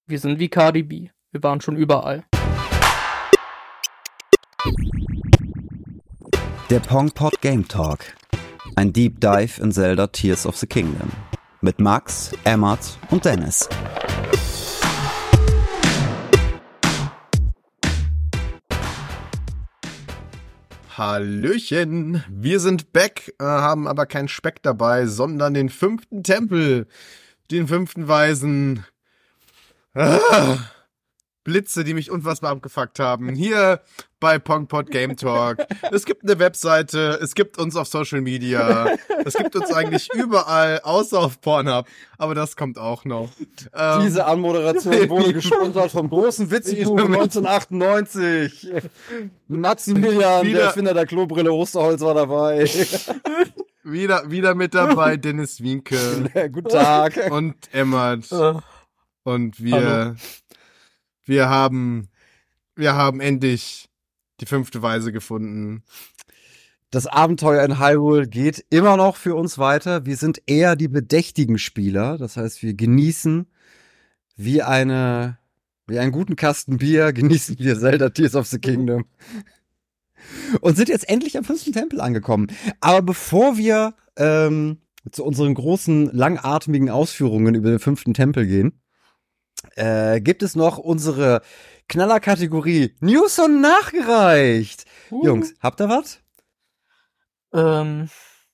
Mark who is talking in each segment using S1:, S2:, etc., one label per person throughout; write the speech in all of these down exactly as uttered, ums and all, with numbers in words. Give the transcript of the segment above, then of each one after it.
S1: Wir sind wie Cardi B. Wir waren schon überall.
S2: Der Pongpod Game Talk. Ein Deep Dive in Zelda Tears of the Kingdom. Mit Max, Emmert und Dennis.
S3: Hallöchen, wir sind back, äh, haben aber keinen Speck dabei, sondern den fünften Tempel, den fünften Weisen. Ah, Blitze, die mich unfassbar abgefuckt haben. Hier bei Pongpod Game Talk. Es gibt eine Webseite, es gibt uns auf Social Media, es gibt uns eigentlich überall, außer auf Pornhub. Aber das kommt auch noch.
S4: Ähm, Diese Anmoderation wurde gesponsert vom großen Witzigkuchen neunzehnhundertachtundneunzig. Maximilian, wieder, der Erfinder der Klobrille Osterholz, war dabei.
S3: Wieder, wieder mit dabei Dennis Wienke.
S4: Guten Tag.
S3: Und Emmert. Und wir... Hallo. Wir haben, wir haben endlich die fünfte Weise gefunden.
S4: Das Abenteuer in Hyrule geht immer noch für uns weiter. Wir sind eher die bedächtigen Spieler. Das heißt, wir genießen wie eine, wie einen guten Kasten Bier, genießen wir Zelda Tears of the Kingdom. Und sind jetzt endlich am fünften Tempel angekommen. Aber bevor wir ähm, zu unseren großen, langatmigen Ausführungen über den fünften Tempel gehen, Äh, gibt es noch unsere Knallerkategorie News und nachgereicht. Uh. Jungs, habt ihr was?
S1: Ähm,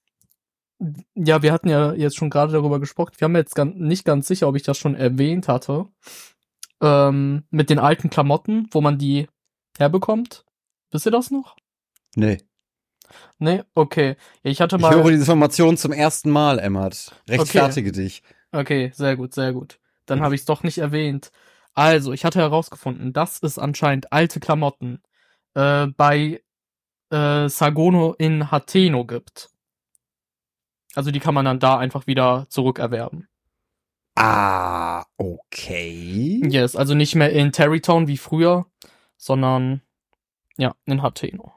S1: ja, wir hatten ja jetzt schon gerade darüber gesprochen. Wir haben jetzt ganz, nicht ganz sicher, ob ich das schon erwähnt hatte. Ähm, mit den alten Klamotten, wo man die herbekommt. Wisst ihr das noch?
S4: Nee.
S1: Nee? Okay. Ich hatte mal...
S4: Ich höre diese Information zum ersten Mal, Emmert. Rechtfertige
S1: okay.
S4: dich.
S1: Okay, sehr gut, sehr gut. Dann habe ich es doch nicht erwähnt. Also, ich hatte herausgefunden, dass es anscheinend alte Klamotten äh, bei äh, Sagono in Hateno gibt. Also die kann man dann da einfach wieder zurückerwerben.
S4: Ah, okay.
S1: Yes, also nicht mehr in Terrytown wie früher, sondern ja, in Hateno.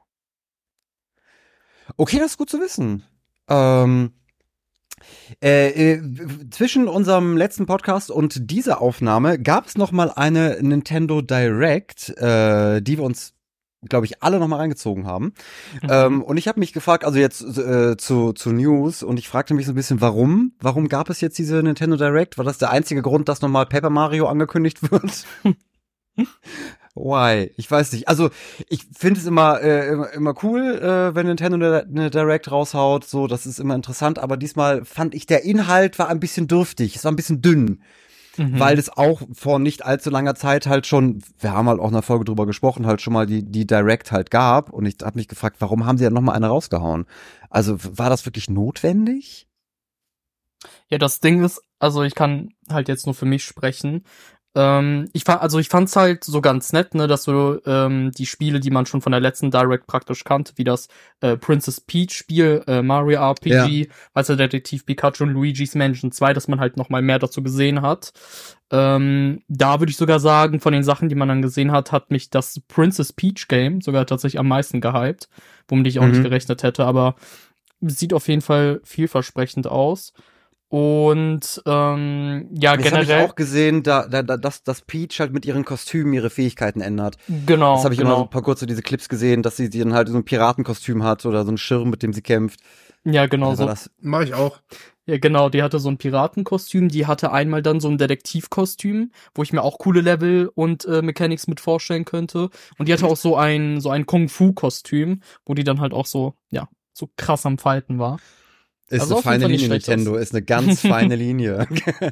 S4: Okay, das ist gut zu wissen. Ähm... Äh, äh, zwischen unserem letzten Podcast und dieser Aufnahme gab es noch mal eine Nintendo Direct, äh, die wir uns, glaube ich, alle noch mal reingezogen haben. Mhm. Ähm, und ich habe mich gefragt, also jetzt äh, zu, zu News, und ich fragte mich so ein bisschen, warum? Warum gab es jetzt diese Nintendo Direct? War das der einzige Grund, dass noch mal Paper Mario angekündigt wird? Why? Ich weiß nicht. Also ich finde es immer, äh, immer immer cool, äh, wenn Nintendo eine Direct raushaut. So, das ist immer interessant. Aber diesmal fand ich, der Inhalt war ein bisschen dürftig. Es war ein bisschen dünn. Mhm. Weil es auch vor nicht allzu langer Zeit halt schon, wir haben halt auch in einer Folge drüber gesprochen, halt schon mal die die Direct halt gab. Und ich habe mich gefragt, warum haben sie ja noch mal eine rausgehauen? Also war das wirklich notwendig?
S1: Ja, das Ding ist, also ich kann halt jetzt nur für mich sprechen. Ähm, ich fand, also ich fand's halt so ganz nett, ne, dass du ähm, die Spiele, die man schon von der letzten Direct praktisch kannte, wie das äh, Princess Peach Spiel, äh, Mario R P G, ja. Weißer Detektiv Pikachu und Luigi's Mansion zwei, dass man halt noch mal mehr dazu gesehen hat. Ähm, da würde ich sogar sagen, von den Sachen, die man dann gesehen hat, hat mich das Princess Peach Game sogar tatsächlich am meisten gehypt, womit ich auch mhm. nicht gerechnet hätte, aber es sieht auf jeden Fall vielversprechend aus. Und ähm, ja,
S4: das
S1: generell.
S4: Das habe ich auch gesehen, da, da, da, dass, dass Peach halt mit ihren Kostümen ihre Fähigkeiten ändert.
S1: Genau.
S4: Das habe ich
S1: genau.
S4: immer so ein paar kurze diese Clips gesehen, dass sie dann halt so ein Piratenkostüm hat oder so einen Schirm, mit dem sie kämpft.
S1: Ja, genau
S3: also
S1: so.
S3: Das mache ich auch.
S1: Ja, genau, die hatte so ein Piratenkostüm, die hatte einmal dann so ein Detektivkostüm, wo ich mir auch coole Level und äh, Mechanics mit vorstellen könnte. Und die hatte auch so ein so ein Kung-Fu-Kostüm, wo die dann halt auch so, ja, so krass am Fighten war.
S4: Ist also eine feine Linie, Nintendo. Ist eine ganz feine Linie.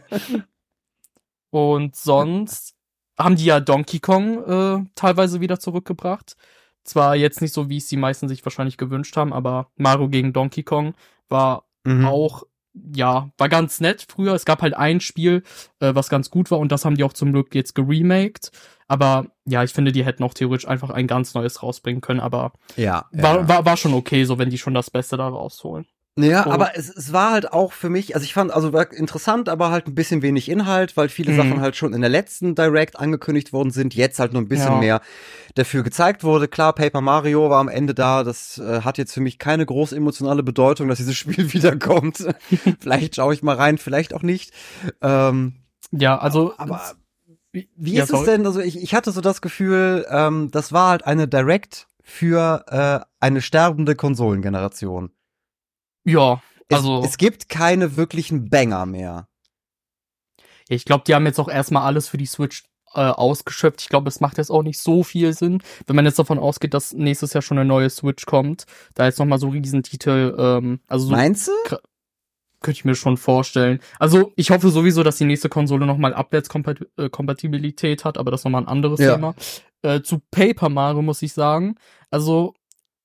S1: Und sonst haben die ja Donkey Kong äh, teilweise wieder zurückgebracht. Zwar jetzt nicht so, wie es die meisten sich wahrscheinlich gewünscht haben, aber Mario gegen Donkey Kong war mhm. auch, ja, war ganz nett früher. Es gab halt ein Spiel, äh, was ganz gut war, und das haben die auch zum Glück jetzt geremaked. Aber ja, ich finde, die hätten auch theoretisch einfach ein ganz neues rausbringen können, aber
S4: ja,
S1: war,
S4: ja.
S1: war, war schon okay, so wenn die schon das Beste da rausholen.
S4: Ja,
S1: oh.
S4: aber es, es war halt auch für mich, also ich fand, also war interessant, aber halt ein bisschen wenig Inhalt, weil viele mhm. Sachen halt schon in der letzten Direct angekündigt worden sind, jetzt halt nur ein bisschen ja. mehr dafür gezeigt wurde. Klar, Paper Mario war am Ende da, das äh, hat jetzt für mich keine groß emotionale Bedeutung, dass dieses Spiel wiederkommt. Vielleicht schaue ich mal rein, vielleicht auch nicht. Ähm,
S1: ja, also
S4: aber Wie, wie
S1: Ja,
S4: ist es
S1: sorry.
S4: denn, also ich, ich hatte so das Gefühl, ähm, das war halt eine Direct für äh, eine sterbende Konsolengeneration.
S1: Ja,
S4: Es,
S1: also
S4: es gibt keine wirklichen Banger mehr.
S1: ich glaube, die haben jetzt auch erstmal alles für die Switch äh, ausgeschöpft. Ich glaube, es macht jetzt auch nicht so viel Sinn, wenn man jetzt davon ausgeht, dass nächstes Jahr schon eine neue Switch kommt. Da jetzt nochmal so Riesentitel, ähm, also so
S4: Meinst du?
S1: könnte ich mir schon vorstellen. Also ich hoffe sowieso, dass die nächste Konsole nochmal Abwärtskompatibilität hat, aber das ist nochmal ein anderes
S4: Ja.
S1: Thema. Äh, zu Paper Mario muss ich sagen, also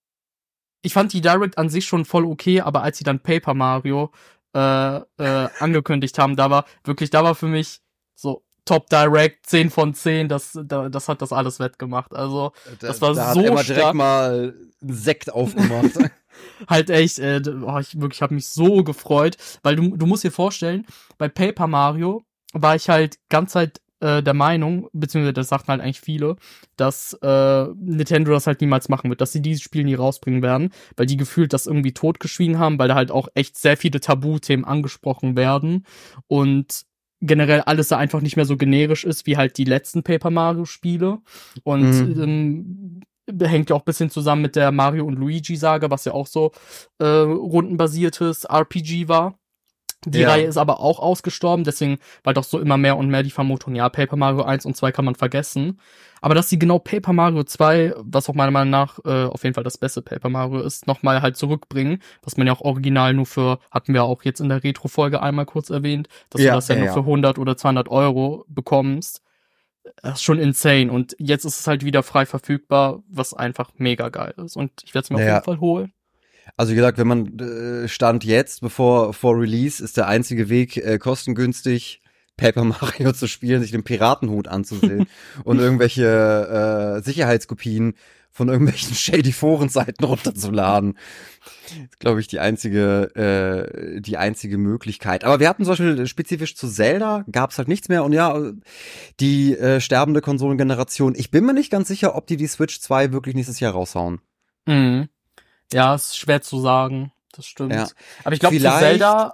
S1: ich fand die Direct an sich schon voll okay, aber als sie dann Paper Mario äh, äh, angekündigt haben, da war wirklich, da war für mich so Top Direct, zehn von zehn, das, da, das hat das alles wettgemacht. Also das war
S4: da
S1: so
S4: hat Emma
S1: stark.
S4: direkt mal einen Sekt aufgemacht.
S1: Halt echt, äh, oh, ich wirklich habe mich so gefreut, weil du du musst dir vorstellen, bei Paper Mario war ich halt ganz Zeit äh, der Meinung, beziehungsweise das sagten halt eigentlich viele, dass äh, Nintendo das halt niemals machen wird, dass sie dieses Spiel nie rausbringen werden, weil die gefühlt das irgendwie totgeschwiegen haben, weil da halt auch echt sehr viele Tabuthemen angesprochen werden und generell alles da einfach nicht mehr so generisch ist, wie halt die letzten Paper Mario Spiele und
S4: Mhm.
S1: ähm, hängt ja auch ein bisschen zusammen mit der Mario und Luigi-Saga, was ja auch so äh, rundenbasiertes R P G war. Die
S4: Ja.
S1: Reihe ist aber auch ausgestorben, deswegen war doch so immer mehr und mehr die Vermutung, ja, Paper Mario eins und zwei kann man vergessen. Aber dass sie genau Paper Mario zwei, was auch meiner Meinung nach äh, auf jeden Fall das beste Paper Mario ist, nochmal halt zurückbringen, was man ja auch original nur für, hatten wir auch jetzt in der Retro-Folge einmal kurz erwähnt, dass
S4: Ja,
S1: du das ja,
S4: ja,
S1: nur
S4: ja.
S1: für hundert oder zweihundert Euro bekommst. Das ist schon insane. Und jetzt ist es halt wieder frei verfügbar, was einfach mega geil ist. Und ich werde es mir
S4: Ja.
S1: auf jeden Fall holen.
S4: Also wie gesagt, wenn man äh, Stand jetzt, bevor vor Release, ist der einzige Weg, äh, kostengünstig Paper Mario zu spielen, sich den Piratenhut anzusehen und irgendwelche äh, Sicherheitskopien von irgendwelchen shady Forenseiten runterzuladen. Das ist, glaube ich, die einzige, äh, die einzige Möglichkeit. Aber wir hatten zum Beispiel spezifisch zu Zelda, gab es halt nichts mehr. Und ja, die äh, sterbende Konsolengeneration, ich bin mir nicht ganz sicher, ob die die Switch zwei wirklich nächstes Jahr raushauen.
S1: Mhm. Ja, ist schwer zu sagen. Das stimmt.
S4: Ja.
S1: Aber ich glaube, zu
S4: Vielleicht
S1: Zelda.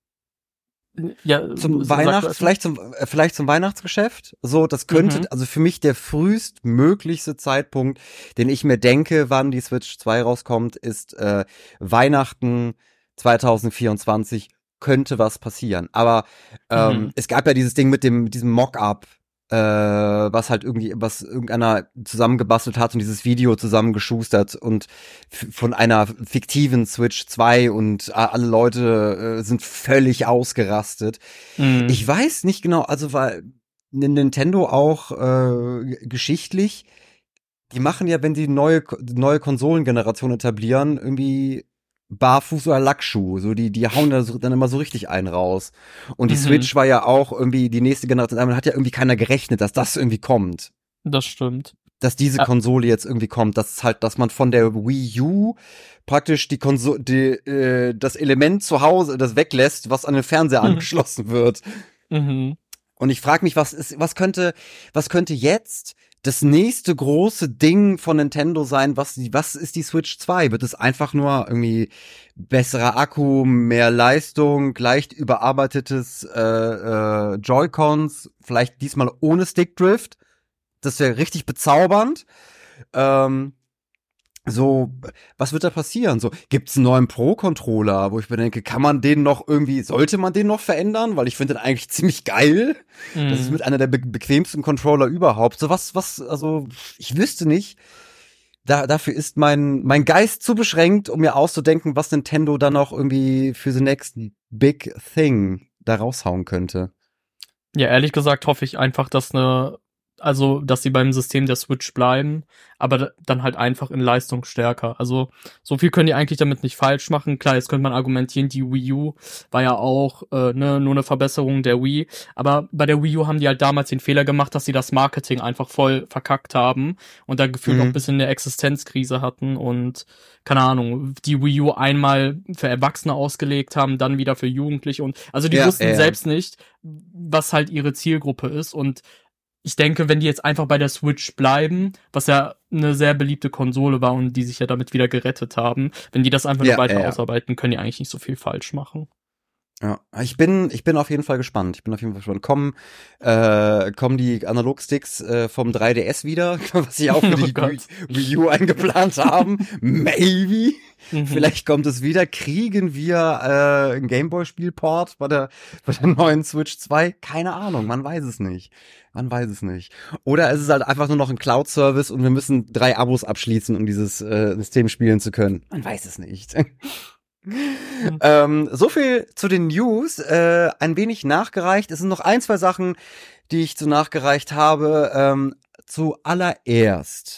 S1: Ja,
S4: zum
S1: sag du
S4: Weihnachts,
S1: erst mal.
S4: vielleicht zum, äh, vielleicht zum Weihnachtsgeschäft. So, das könnte,
S1: Mhm.
S4: also für mich der frühestmöglichste Zeitpunkt, den ich mir denke, wann die Switch zwei rauskommt, ist äh, Weihnachten zwanzig vierundzwanzig. Könnte was passieren. Aber ähm,
S1: Mhm.
S4: es gab ja dieses Ding mit dem, mit diesem Mock-up, äh, was halt irgendwie, was irgendeiner zusammengebastelt hat und dieses Video zusammengeschustert und f- von einer fiktiven Switch zwei und a- alle Leute äh, sind völlig ausgerastet.
S1: Mhm.
S4: Ich weiß nicht genau, also weil Nintendo auch äh, geschichtlich, die machen ja, wenn sie neue neue Konsolengeneration etablieren, irgendwie Barfuß oder Lackschuh, so die die hauen da so, dann immer so richtig einen raus. Und die
S1: Mhm.
S4: Switch war ja auch irgendwie die nächste Generation, damit hat ja irgendwie keiner gerechnet, dass das irgendwie kommt.
S1: Das stimmt.
S4: Dass diese
S1: Ja.
S4: Konsole jetzt irgendwie kommt, dass halt, dass man von der Wii U praktisch die Konsole, die, äh, das Element zu Hause, das weglässt, was an den Fernseher
S1: Mhm.
S4: angeschlossen wird.
S1: Mhm.
S4: Und ich frage mich, was ist, was könnte, was könnte jetzt das nächste große Ding von Nintendo sein? Was, was ist die Switch zwei? Wird es einfach nur irgendwie besserer Akku, mehr Leistung, leicht überarbeitetes äh, äh, Joy-Cons, vielleicht diesmal ohne Stickdrift? Das wäre richtig bezaubernd. Ähm, so, was wird da passieren? So, gibt's einen neuen Pro-Controller, wo ich mir denke, kann man den noch irgendwie, sollte man den noch verändern? Weil ich finde den eigentlich ziemlich geil. Das ist
S1: Mhm.
S4: mit einer der be bequemsten Controller überhaupt. So was, was, also, ich wüsste nicht. Da, dafür ist mein, mein Geist zu beschränkt, um mir auszudenken, was Nintendo dann noch irgendwie für the next big thing da raushauen könnte.
S1: Ja, ehrlich gesagt hoffe ich einfach, dass eine, also, dass sie beim System der Switch bleiben, aber d- dann halt einfach in Leistung stärker. Also, so viel können die eigentlich damit nicht falsch machen. Klar, jetzt könnte man argumentieren, die Wii U war ja auch äh, ne, nur eine Verbesserung der Wii, aber bei der Wii U haben die halt damals den Fehler gemacht, dass sie das Marketing einfach voll verkackt haben und da gefühlt
S4: Mhm.
S1: auch ein bisschen eine Existenzkrise hatten und keine Ahnung, die Wii U einmal für Erwachsene ausgelegt haben, dann wieder für Jugendliche und also die
S4: Ja,
S1: wussten
S4: ja.
S1: selbst nicht, was halt ihre Zielgruppe ist und ich denke, wenn die jetzt einfach bei der Switch bleiben, was ja eine sehr beliebte Konsole war und die sich ja damit wieder gerettet haben, wenn die das einfach
S4: Ja,
S1: nur weiter
S4: ja, ja.
S1: ausarbeiten, können die eigentlich nicht so viel falsch machen.
S4: Ja, ich bin, ich bin auf jeden Fall gespannt. Ich bin auf jeden Fall gespannt. Kommen, äh, kommen die Analogsticks äh, vom drei D S wieder, was sie auch für die
S1: Oh
S4: Wii Wii U eingeplant haben? Maybe.
S1: Mhm.
S4: Vielleicht kommt es wieder. Kriegen wir äh, ein Gameboy-Spielport bei der, bei der neuen Switch zwei? Keine Ahnung, man weiß es nicht. Man weiß es nicht. Oder es ist halt einfach nur noch ein Cloud-Service und wir müssen drei Abos abschließen, um dieses äh, System spielen zu können. Man weiß es nicht. ähm, so viel zu den News. Äh, ein wenig nachgereicht. Es sind noch ein, zwei Sachen, die ich zu nachgereicht habe. Ähm, zuallererst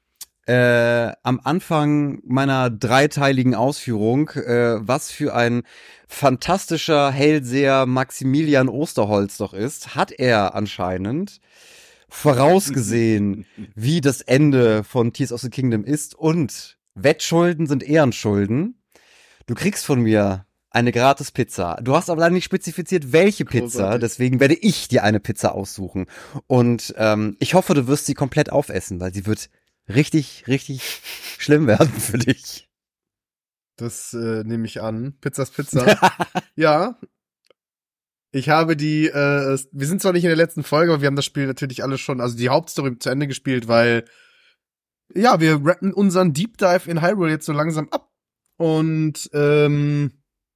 S4: äh, am Anfang meiner dreiteiligen Ausführung, äh, was für ein fantastischer Hellseher Maximilian Osterholz doch ist, hat er anscheinend vorausgesehen, wie das Ende von Tears of the Kingdom ist, und Wettschulden sind Ehrenschulden. Du kriegst von mir eine gratis Pizza. Du hast aber leider nicht spezifiziert, welche Pizza.
S3: Großartig.
S4: Deswegen werde ich dir eine Pizza aussuchen. Und ähm, ich hoffe, du wirst sie komplett aufessen, weil sie wird richtig, richtig schlimm werden für dich.
S3: Das äh, nehme ich an. Pizzas Pizza. Ja. Ich habe die, äh, wir sind zwar nicht in der letzten Folge, aber wir haben das Spiel natürlich alle schon, also die Hauptstory zu Ende gespielt, weil, ja, wir rappen unseren Deep Dive in Hyrule jetzt so langsam ab. Und, ähm,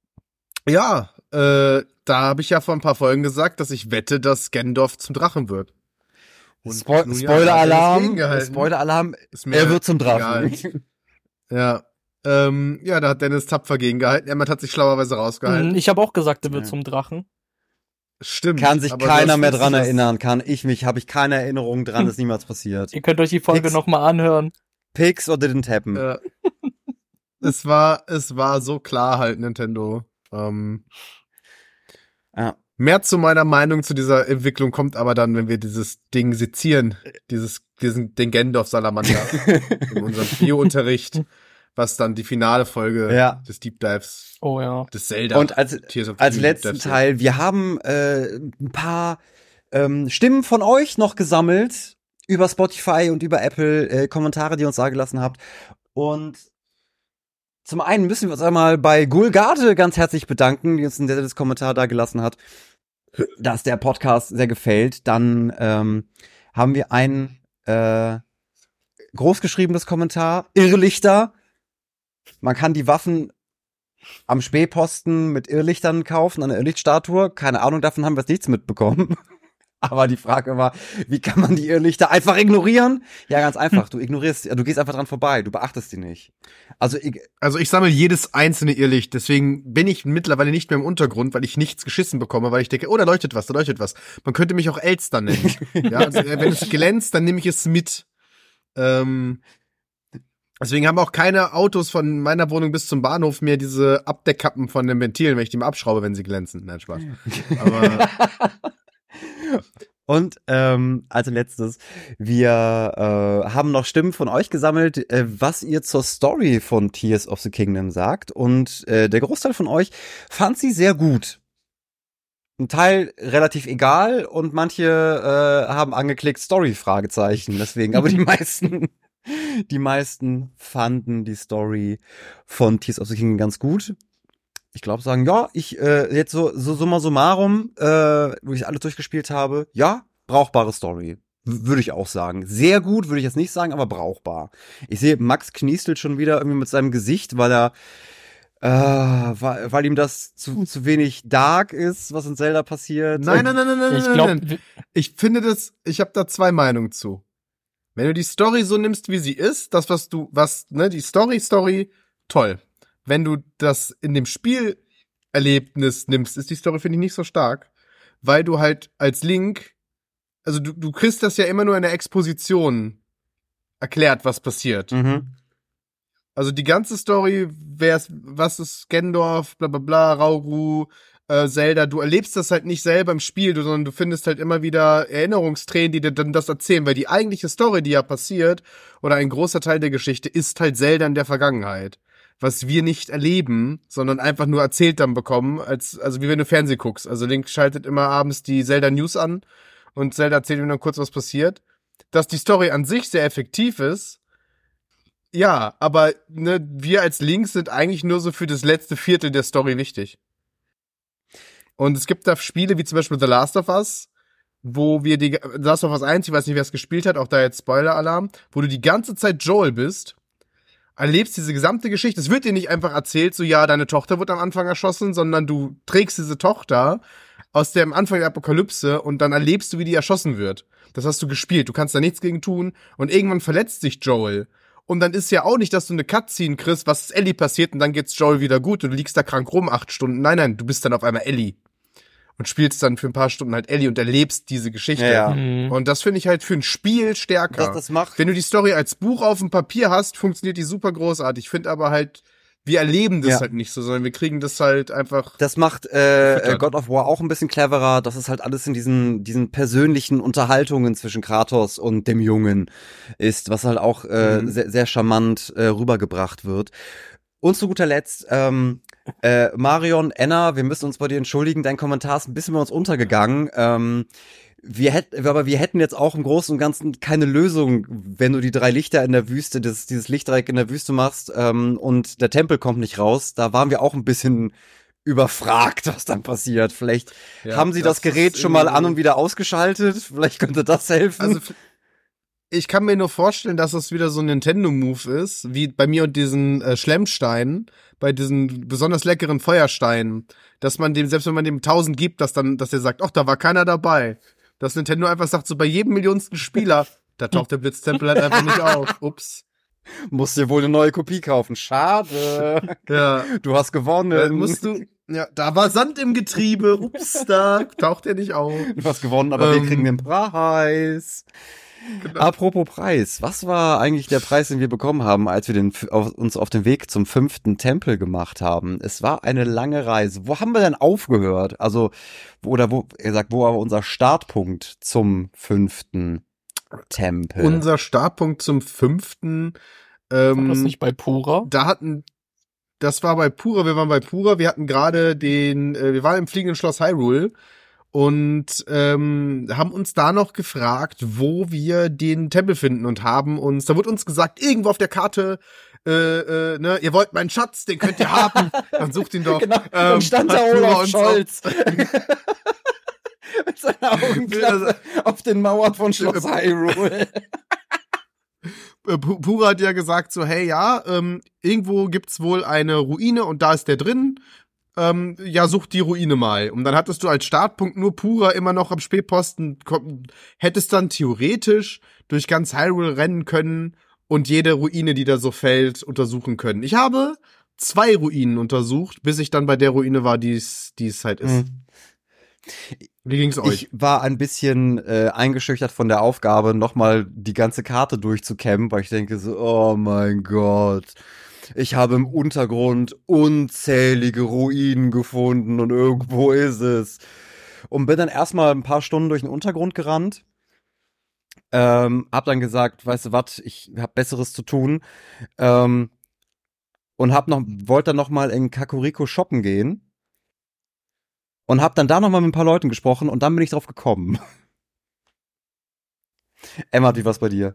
S3: ja, äh, da habe ich ja vor ein paar Folgen gesagt, dass ich wette, dass Gandalf zum Drachen wird. Und
S4: Spo
S3: nun ja, da hat er das
S4: Spoiler-Alarm,
S3: gegengehalten.
S4: Spoiler-Alarm,
S3: Ist mir
S4: er wird zum Drachen.
S3: egal. Ja. Ähm, ja, da hat Dennis tapfer gegengehalten. Emmett hat sich schlauerweise rausgehalten.
S1: Mhm, Ich habe auch gesagt, er wird
S4: Ja.
S1: zum Drachen.
S3: Stimmt.
S4: Kann sich
S3: aber
S4: keiner
S3: das
S4: mehr
S3: ist
S4: dran
S3: das-
S4: erinnern, kann ich mich, habe ich keine Erinnerung dran, ist niemals passiert.
S1: Ihr könnt euch die Folge
S4: Nix.
S1: nochmal anhören.
S4: Pigs or didn't happen.
S3: Ja. es war, es war so klar halt, Nintendo. Ähm,
S4: Ja.
S3: mehr zu meiner Meinung zu dieser Entwicklung kommt aber dann, wenn wir dieses Ding sezieren, dieses, diesen, den Gandalf-Salamander in unserem Bio-Unterricht, was dann die finale Folge
S4: Ja.
S3: des Deep Dives,
S1: Oh ja.
S3: des Zelda.
S4: Und als,
S3: Tears of the
S4: als
S3: Kingdom
S4: letzten
S3: Dives-
S4: Teil, wir haben äh, ein paar ähm, Stimmen von euch noch gesammelt über Spotify und über Apple, äh, Kommentare, die ihr uns da gelassen habt. Und zum einen müssen wir uns einmal bei Gulgate ganz herzlich bedanken, die uns ein sehr nettes Kommentar da gelassen hat, dass der Podcast sehr gefällt. Dann ähm, haben wir ein äh, großgeschriebenes Kommentar, Irrlichter. Man kann die Waffen am Spähposten mit Irrlichtern kaufen, eine Irrlichtstatue. Keine Ahnung, davon haben wir jetzt nichts mitbekommen. Aber die Frage war, wie kann man die Irrlichter einfach ignorieren? Ja, ganz einfach. Du ignorierst, du gehst einfach dran vorbei. Du beachtest die nicht. Also, ich,
S3: Also ich sammle jedes einzelne Irrlicht, deswegen bin ich mittlerweile nicht mehr im Untergrund, weil ich nichts geschissen bekomme, weil ich denke, oh, da leuchtet was, da leuchtet was. Man könnte mich auch Elster nennen. ja, also, äh, wenn es glänzt, dann nehme ich es mit. Ähm, deswegen haben auch keine Autos von meiner Wohnung bis zum Bahnhof mehr diese Abdeckkappen von den Ventilen, wenn ich die mal abschraube, wenn sie glänzen. Nein, Spaß. Aber
S4: Und ähm, als letztes, wir äh, haben noch Stimmen von euch gesammelt, äh, was ihr zur Story von Tears of the Kingdom sagt. Und äh, der Großteil von euch fand sie sehr gut. Ein Teil relativ egal und manche äh, haben angeklickt Story Fragezeichen. Deswegen, aber die meisten, die meisten fanden die Story von Tears of the Kingdom ganz gut. Ich glaube, sagen, ja, ich äh, jetzt so, so summa summarum, äh, wo ich alles durchgespielt habe, ja, brauchbare Story. W- Würde ich auch sagen. Sehr gut, würde ich jetzt nicht sagen, aber brauchbar. Ich sehe, Max kniestelt schon wieder irgendwie mit seinem Gesicht, weil er, äh, weil, weil ihm das zu, zu wenig dark ist, was in Zelda passiert.
S3: nein, nein, nein, nein, nein,
S1: Ich
S3: nein,
S1: glaube,
S3: nein. Ich finde das, ich habe da zwei Meinungen zu. Wenn du die Story so nimmst, wie sie ist, das, was du, was, ne, die Story, Story, toll. Wenn du das in dem Spielerlebnis nimmst, ist die Story, finde ich, nicht so stark, weil du halt als Link, also du, du kriegst das ja immer nur in der Exposition erklärt, was passiert.
S4: Mhm.
S3: Also die ganze Story, wer's, was ist Gendorf, bla bla bla, Rauru, äh, Zelda, du erlebst das halt nicht selber im Spiel, du, sondern du findest halt immer wieder Erinnerungstränen, die dir dann das erzählen, weil die eigentliche Story, die ja passiert, oder ein großer Teil der Geschichte, ist halt Zelda in der Vergangenheit. Was wir nicht erleben, sondern einfach nur erzählt dann bekommen, als, also wie wenn du Fernsehen guckst. Also Link schaltet immer abends die Zelda News an und Zelda erzählt ihm dann kurz, was passiert. Dass die Story an sich sehr effektiv ist, ja, aber ne, wir als Link sind eigentlich nur so für das letzte Viertel der Story wichtig. Und es gibt da Spiele wie zum Beispiel The Last of Us, wo wir die, The Last of Us eins, ich weiß nicht, wer es gespielt hat, auch da jetzt Spoiler-Alarm, wo du die ganze Zeit Joel bist, erlebst diese gesamte Geschichte. Es wird dir nicht einfach erzählt, so ja, deine Tochter wird am Anfang erschossen, sondern du trägst diese Tochter aus dem Anfang der Apokalypse und dann erlebst du, wie die erschossen wird. Das hast du gespielt, du kannst da nichts gegen tun und irgendwann verletzt sich Joel. Und dann ist ja auch nicht, dass du eine Cutscene kriegst, was ist Ellie passiert und dann geht's Joel wieder gut und du liegst da krank rum acht Stunden. Nein, nein, du bist dann auf einmal Ellie. Und spielst dann für ein paar Stunden halt Ellie und erlebst diese Geschichte.
S4: Ja, ja.
S1: Mhm.
S3: Und das finde ich halt für ein Spiel stärker.
S4: Das, das macht,
S3: Wenn du die Story als Buch auf dem Papier hast, funktioniert die super großartig. Ich finde aber halt, wir erleben das
S4: Ja.
S3: halt nicht so, sondern wir kriegen das halt einfach.
S4: das macht äh,
S3: Füttern.
S4: äh, God of War auch ein bisschen cleverer. Das ist halt alles in diesen diesen persönlichen Unterhaltungen zwischen Kratos und dem Jungen ist, was halt auch äh,
S3: Mhm.
S4: sehr, sehr charmant äh, rübergebracht wird. Und zu guter Letzt, ähm, äh, Marion, Enna, wir müssen uns bei dir entschuldigen, dein Kommentar ist ein bisschen bei uns untergegangen. Ähm, wir hätten, aber wir hätten jetzt auch im Großen und Ganzen keine Lösung, wenn du die drei Lichter in der Wüste, das, dieses Lichtdreieck in der Wüste machst ähm, und der Tempel kommt nicht raus. Da waren wir auch ein bisschen überfragt, was dann passiert. Vielleicht
S3: Ja,
S4: haben sie das,
S3: das
S4: Gerät
S3: ist
S4: schon mal
S3: irgendwie-
S4: an und wieder ausgeschaltet. Vielleicht könnte das helfen.
S3: Also, f- ich kann mir nur vorstellen, dass das wieder so ein Nintendo-Move ist, wie bei mir und diesen äh, Schlemmsteinen, bei diesen besonders leckeren Feuersteinen, dass man dem, selbst wenn man dem tausend gibt, dass dann, dass der sagt, ach, da war keiner dabei. Dass Nintendo einfach sagt, so bei jedem millionsten Spieler, da taucht der Blitztempel halt einfach nicht auf. Ups.
S4: Musst dir wohl eine neue Kopie kaufen. Schade.
S3: Ja.
S4: Du hast gewonnen.
S3: Dann musst du, ja, da war Sand im Getriebe. Ups, da taucht er nicht auf.
S4: Du hast gewonnen, aber wir
S3: Ähm,
S4: kriegen den Preis.
S3: Genau.
S4: Apropos Preis, was war eigentlich der Preis, den wir bekommen haben, als wir den, auf, uns auf den Weg zum fünften Tempel gemacht haben? Es war eine lange Reise. Wo haben wir denn aufgehört? Also, wo, oder wo, er sagt, wo war unser Startpunkt zum fünften Tempel?
S3: Unser Startpunkt zum fünften,
S1: War das
S3: ähm,
S1: nicht bei Pura?
S3: da hatten, das war bei Pura, wir waren bei Pura, wir hatten gerade den, äh, wir waren im fliegenden Schloss Hyrule und ähm, haben uns da noch gefragt, wo wir den Tempel finden und haben uns, da wurde uns gesagt, irgendwo auf der Karte, äh, äh, ne, ihr wollt meinen Schatz, den könnt ihr haben, dann sucht ihn doch.
S4: Genau,
S3: Ähm,
S4: dann stand da
S3: hat Pura
S4: Olaf
S3: uns
S4: Scholz. Mit seiner Augenklappe auf den Mauern von Schloss Hyrule.
S3: äh, Pu- Pura hat ja gesagt so, hey, ja, ähm, irgendwo gibt's wohl eine Ruine und da ist der drin. Ähm, ja, such die Ruine mal. Und dann hattest du als Startpunkt nur Pura immer noch am Spätposten, komm, hättest dann theoretisch durch ganz Hyrule rennen können und jede Ruine, die da so fällt, untersuchen können. Ich habe zwei Ruinen untersucht, bis ich dann bei der Ruine war, die es die es halt ist.
S4: Mhm.
S3: Wie ging's euch?
S4: Ich war ein bisschen äh, eingeschüchtert von der Aufgabe, nochmal die ganze Karte durchzukämmen, weil ich denke so, oh mein Gott, ich habe im Untergrund unzählige Ruinen gefunden und irgendwo ist es. Und bin dann erstmal ein paar Stunden durch den Untergrund gerannt. Ähm, hab dann gesagt, weißt du was, ich hab Besseres zu tun. Ähm, und hab noch, wollte dann noch mal in Kakuriko shoppen gehen. Und hab dann da noch mal mit ein paar Leuten gesprochen und dann bin ich drauf gekommen. Emma, wie war's bei dir?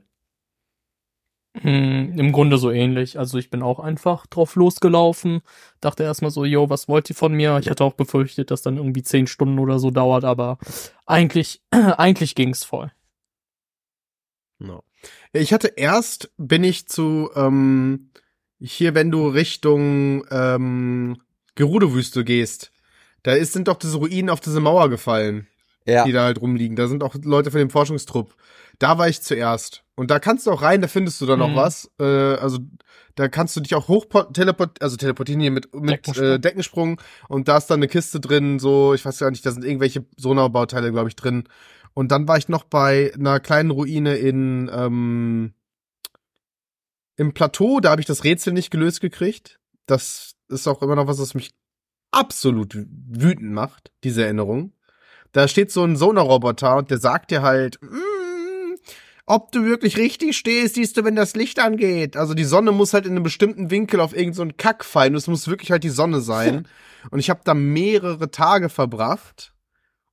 S1: Hm, im Grunde so ähnlich. Also ich bin auch einfach drauf losgelaufen, dachte erstmal so, yo, was wollt ihr von mir? Ich hatte auch befürchtet, dass dann irgendwie zehn Stunden oder so dauert, aber eigentlich, eigentlich ging's voll.
S3: No. Ich hatte erst, bin ich zu, ähm, hier, wenn du Richtung ähm, Gerudo-Wüste gehst, da ist, sind doch diese Ruinen auf diese Mauer gefallen,
S4: Ja.
S3: die da halt rumliegen. Da sind auch Leute von dem Forschungstrupp. Da war ich zuerst. Und da kannst du auch rein, da findest du dann noch
S1: Mhm.
S3: was. Äh, also da kannst du dich auch hoch teleport, also teleportieren hier mit, mit
S1: Deckensprung.
S3: Deckensprung. Äh, Deckensprung. Und da ist dann eine Kiste drin, so, ich weiß gar nicht, da sind irgendwelche Sonar-Bauteile, glaube ich, drin. Und dann war ich noch bei einer kleinen Ruine in ähm, im Plateau, da habe ich das Rätsel nicht gelöst gekriegt. Das ist auch immer noch was, was mich absolut wütend macht, diese Erinnerung. Da steht so ein Sonar-Roboter und der sagt dir halt, mm, ob du wirklich richtig stehst, siehst du, wenn das Licht angeht. Also die Sonne muss halt in einem bestimmten Winkel auf irgendeinen so einen Kack fallen. Es muss wirklich halt die Sonne sein. Und ich habe da mehrere Tage verbracht,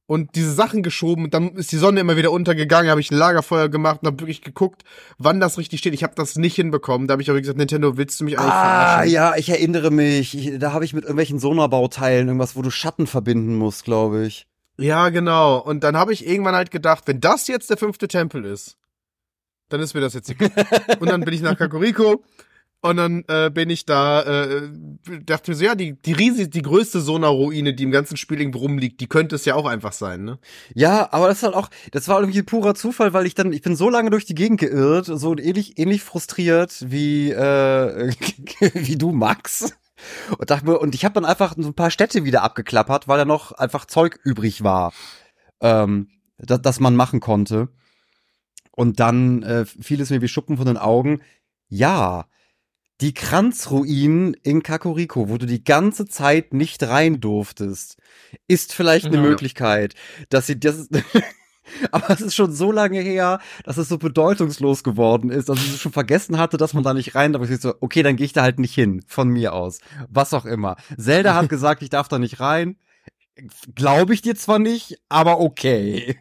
S3: und diese Sachen geschoben und dann ist die Sonne immer wieder untergegangen, habe ich ein Lagerfeuer gemacht und habe wirklich geguckt, wann das richtig steht. Ich habe das nicht hinbekommen. Da habe ich aber gesagt, Nintendo, willst du mich eigentlich
S4: Ah,
S3: verarschen?
S4: ja, ich erinnere mich. Ich, da habe ich mit irgendwelchen Sonarbauteilen irgendwas, wo du Schatten verbinden musst, glaube ich.
S3: Ja, genau. Und dann habe ich irgendwann halt gedacht, wenn das jetzt der fünfte Tempel ist, dann ist mir das jetzt egal. Und dann bin ich nach Kakariko und dann äh, bin ich da, äh, dachte mir so, ja, die, die riesig, die größte Sonar-Ruine, die im ganzen Spiel irgendwo rumliegt, die könnte es ja auch einfach sein, ne?
S4: Ja, aber das ist halt auch, das war irgendwie purer Zufall, weil ich dann, ich bin so lange durch die Gegend geirrt, so ähnlich, ähnlich frustriert wie, äh, wie du, Max. Und dachte mir, und ich habe dann einfach so ein paar Städte wieder abgeklappert, weil da noch einfach Zeug übrig war, ähm, das, das man machen konnte. Und dann äh, fiel es mir wie Schuppen von den Augen. Ja, die Kranzruinen in Kakariko, wo du die ganze Zeit nicht rein durftest, ist vielleicht eine
S1: Ja.
S4: Möglichkeit, dass sie das. Aber es ist schon so lange her, dass es so bedeutungslos geworden ist, dass ich es schon vergessen hatte, dass man da nicht rein darf. Ich so, okay, dann gehe ich da halt nicht hin, von mir aus. Was auch immer. Zelda hat gesagt, ich darf da nicht rein. Glaube ich dir zwar nicht, aber okay.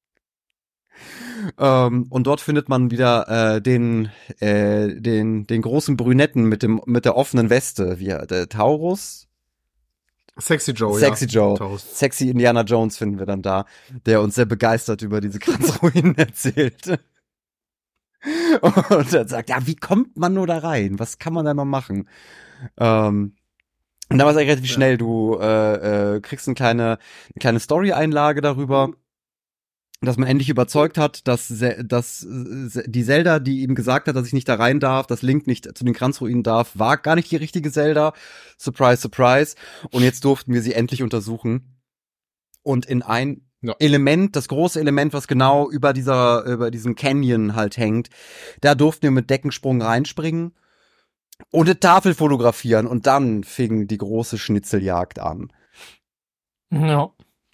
S4: Ähm, und dort findet man wieder äh, den äh, den den großen Brünetten mit dem mit der offenen Weste, wie der Taurus,
S3: Sexy Joe,
S4: Sexy
S3: ja.
S4: Joe,
S3: Taurus.
S4: Sexy Indiana Jones finden wir dann da, der uns sehr begeistert über diese Kranzruinen erzählt. Und dann sagt, ja, wie kommt man nur da rein? Was kann man da noch machen? Ähm, und dann war es eigentlich relativ
S3: Ja.
S4: schnell. Du äh, äh, kriegst eine kleine, eine kleine Story-Einlage darüber, dass man endlich überzeugt hat, dass, Ze- dass äh, die Zelda, die ihm gesagt hat, dass ich nicht da rein darf, dass Link nicht zu den Kranzruinen darf, war gar nicht die richtige Zelda. Surprise, surprise. Und jetzt durften wir sie endlich untersuchen. Und in ein
S3: Ja.
S4: Element, das große Element, was genau über dieser, über diesem Canyon halt hängt, da durften wir mit Deckensprung reinspringen und eine Tafel fotografieren. Und dann fing die große Schnitzeljagd an.
S1: Ja.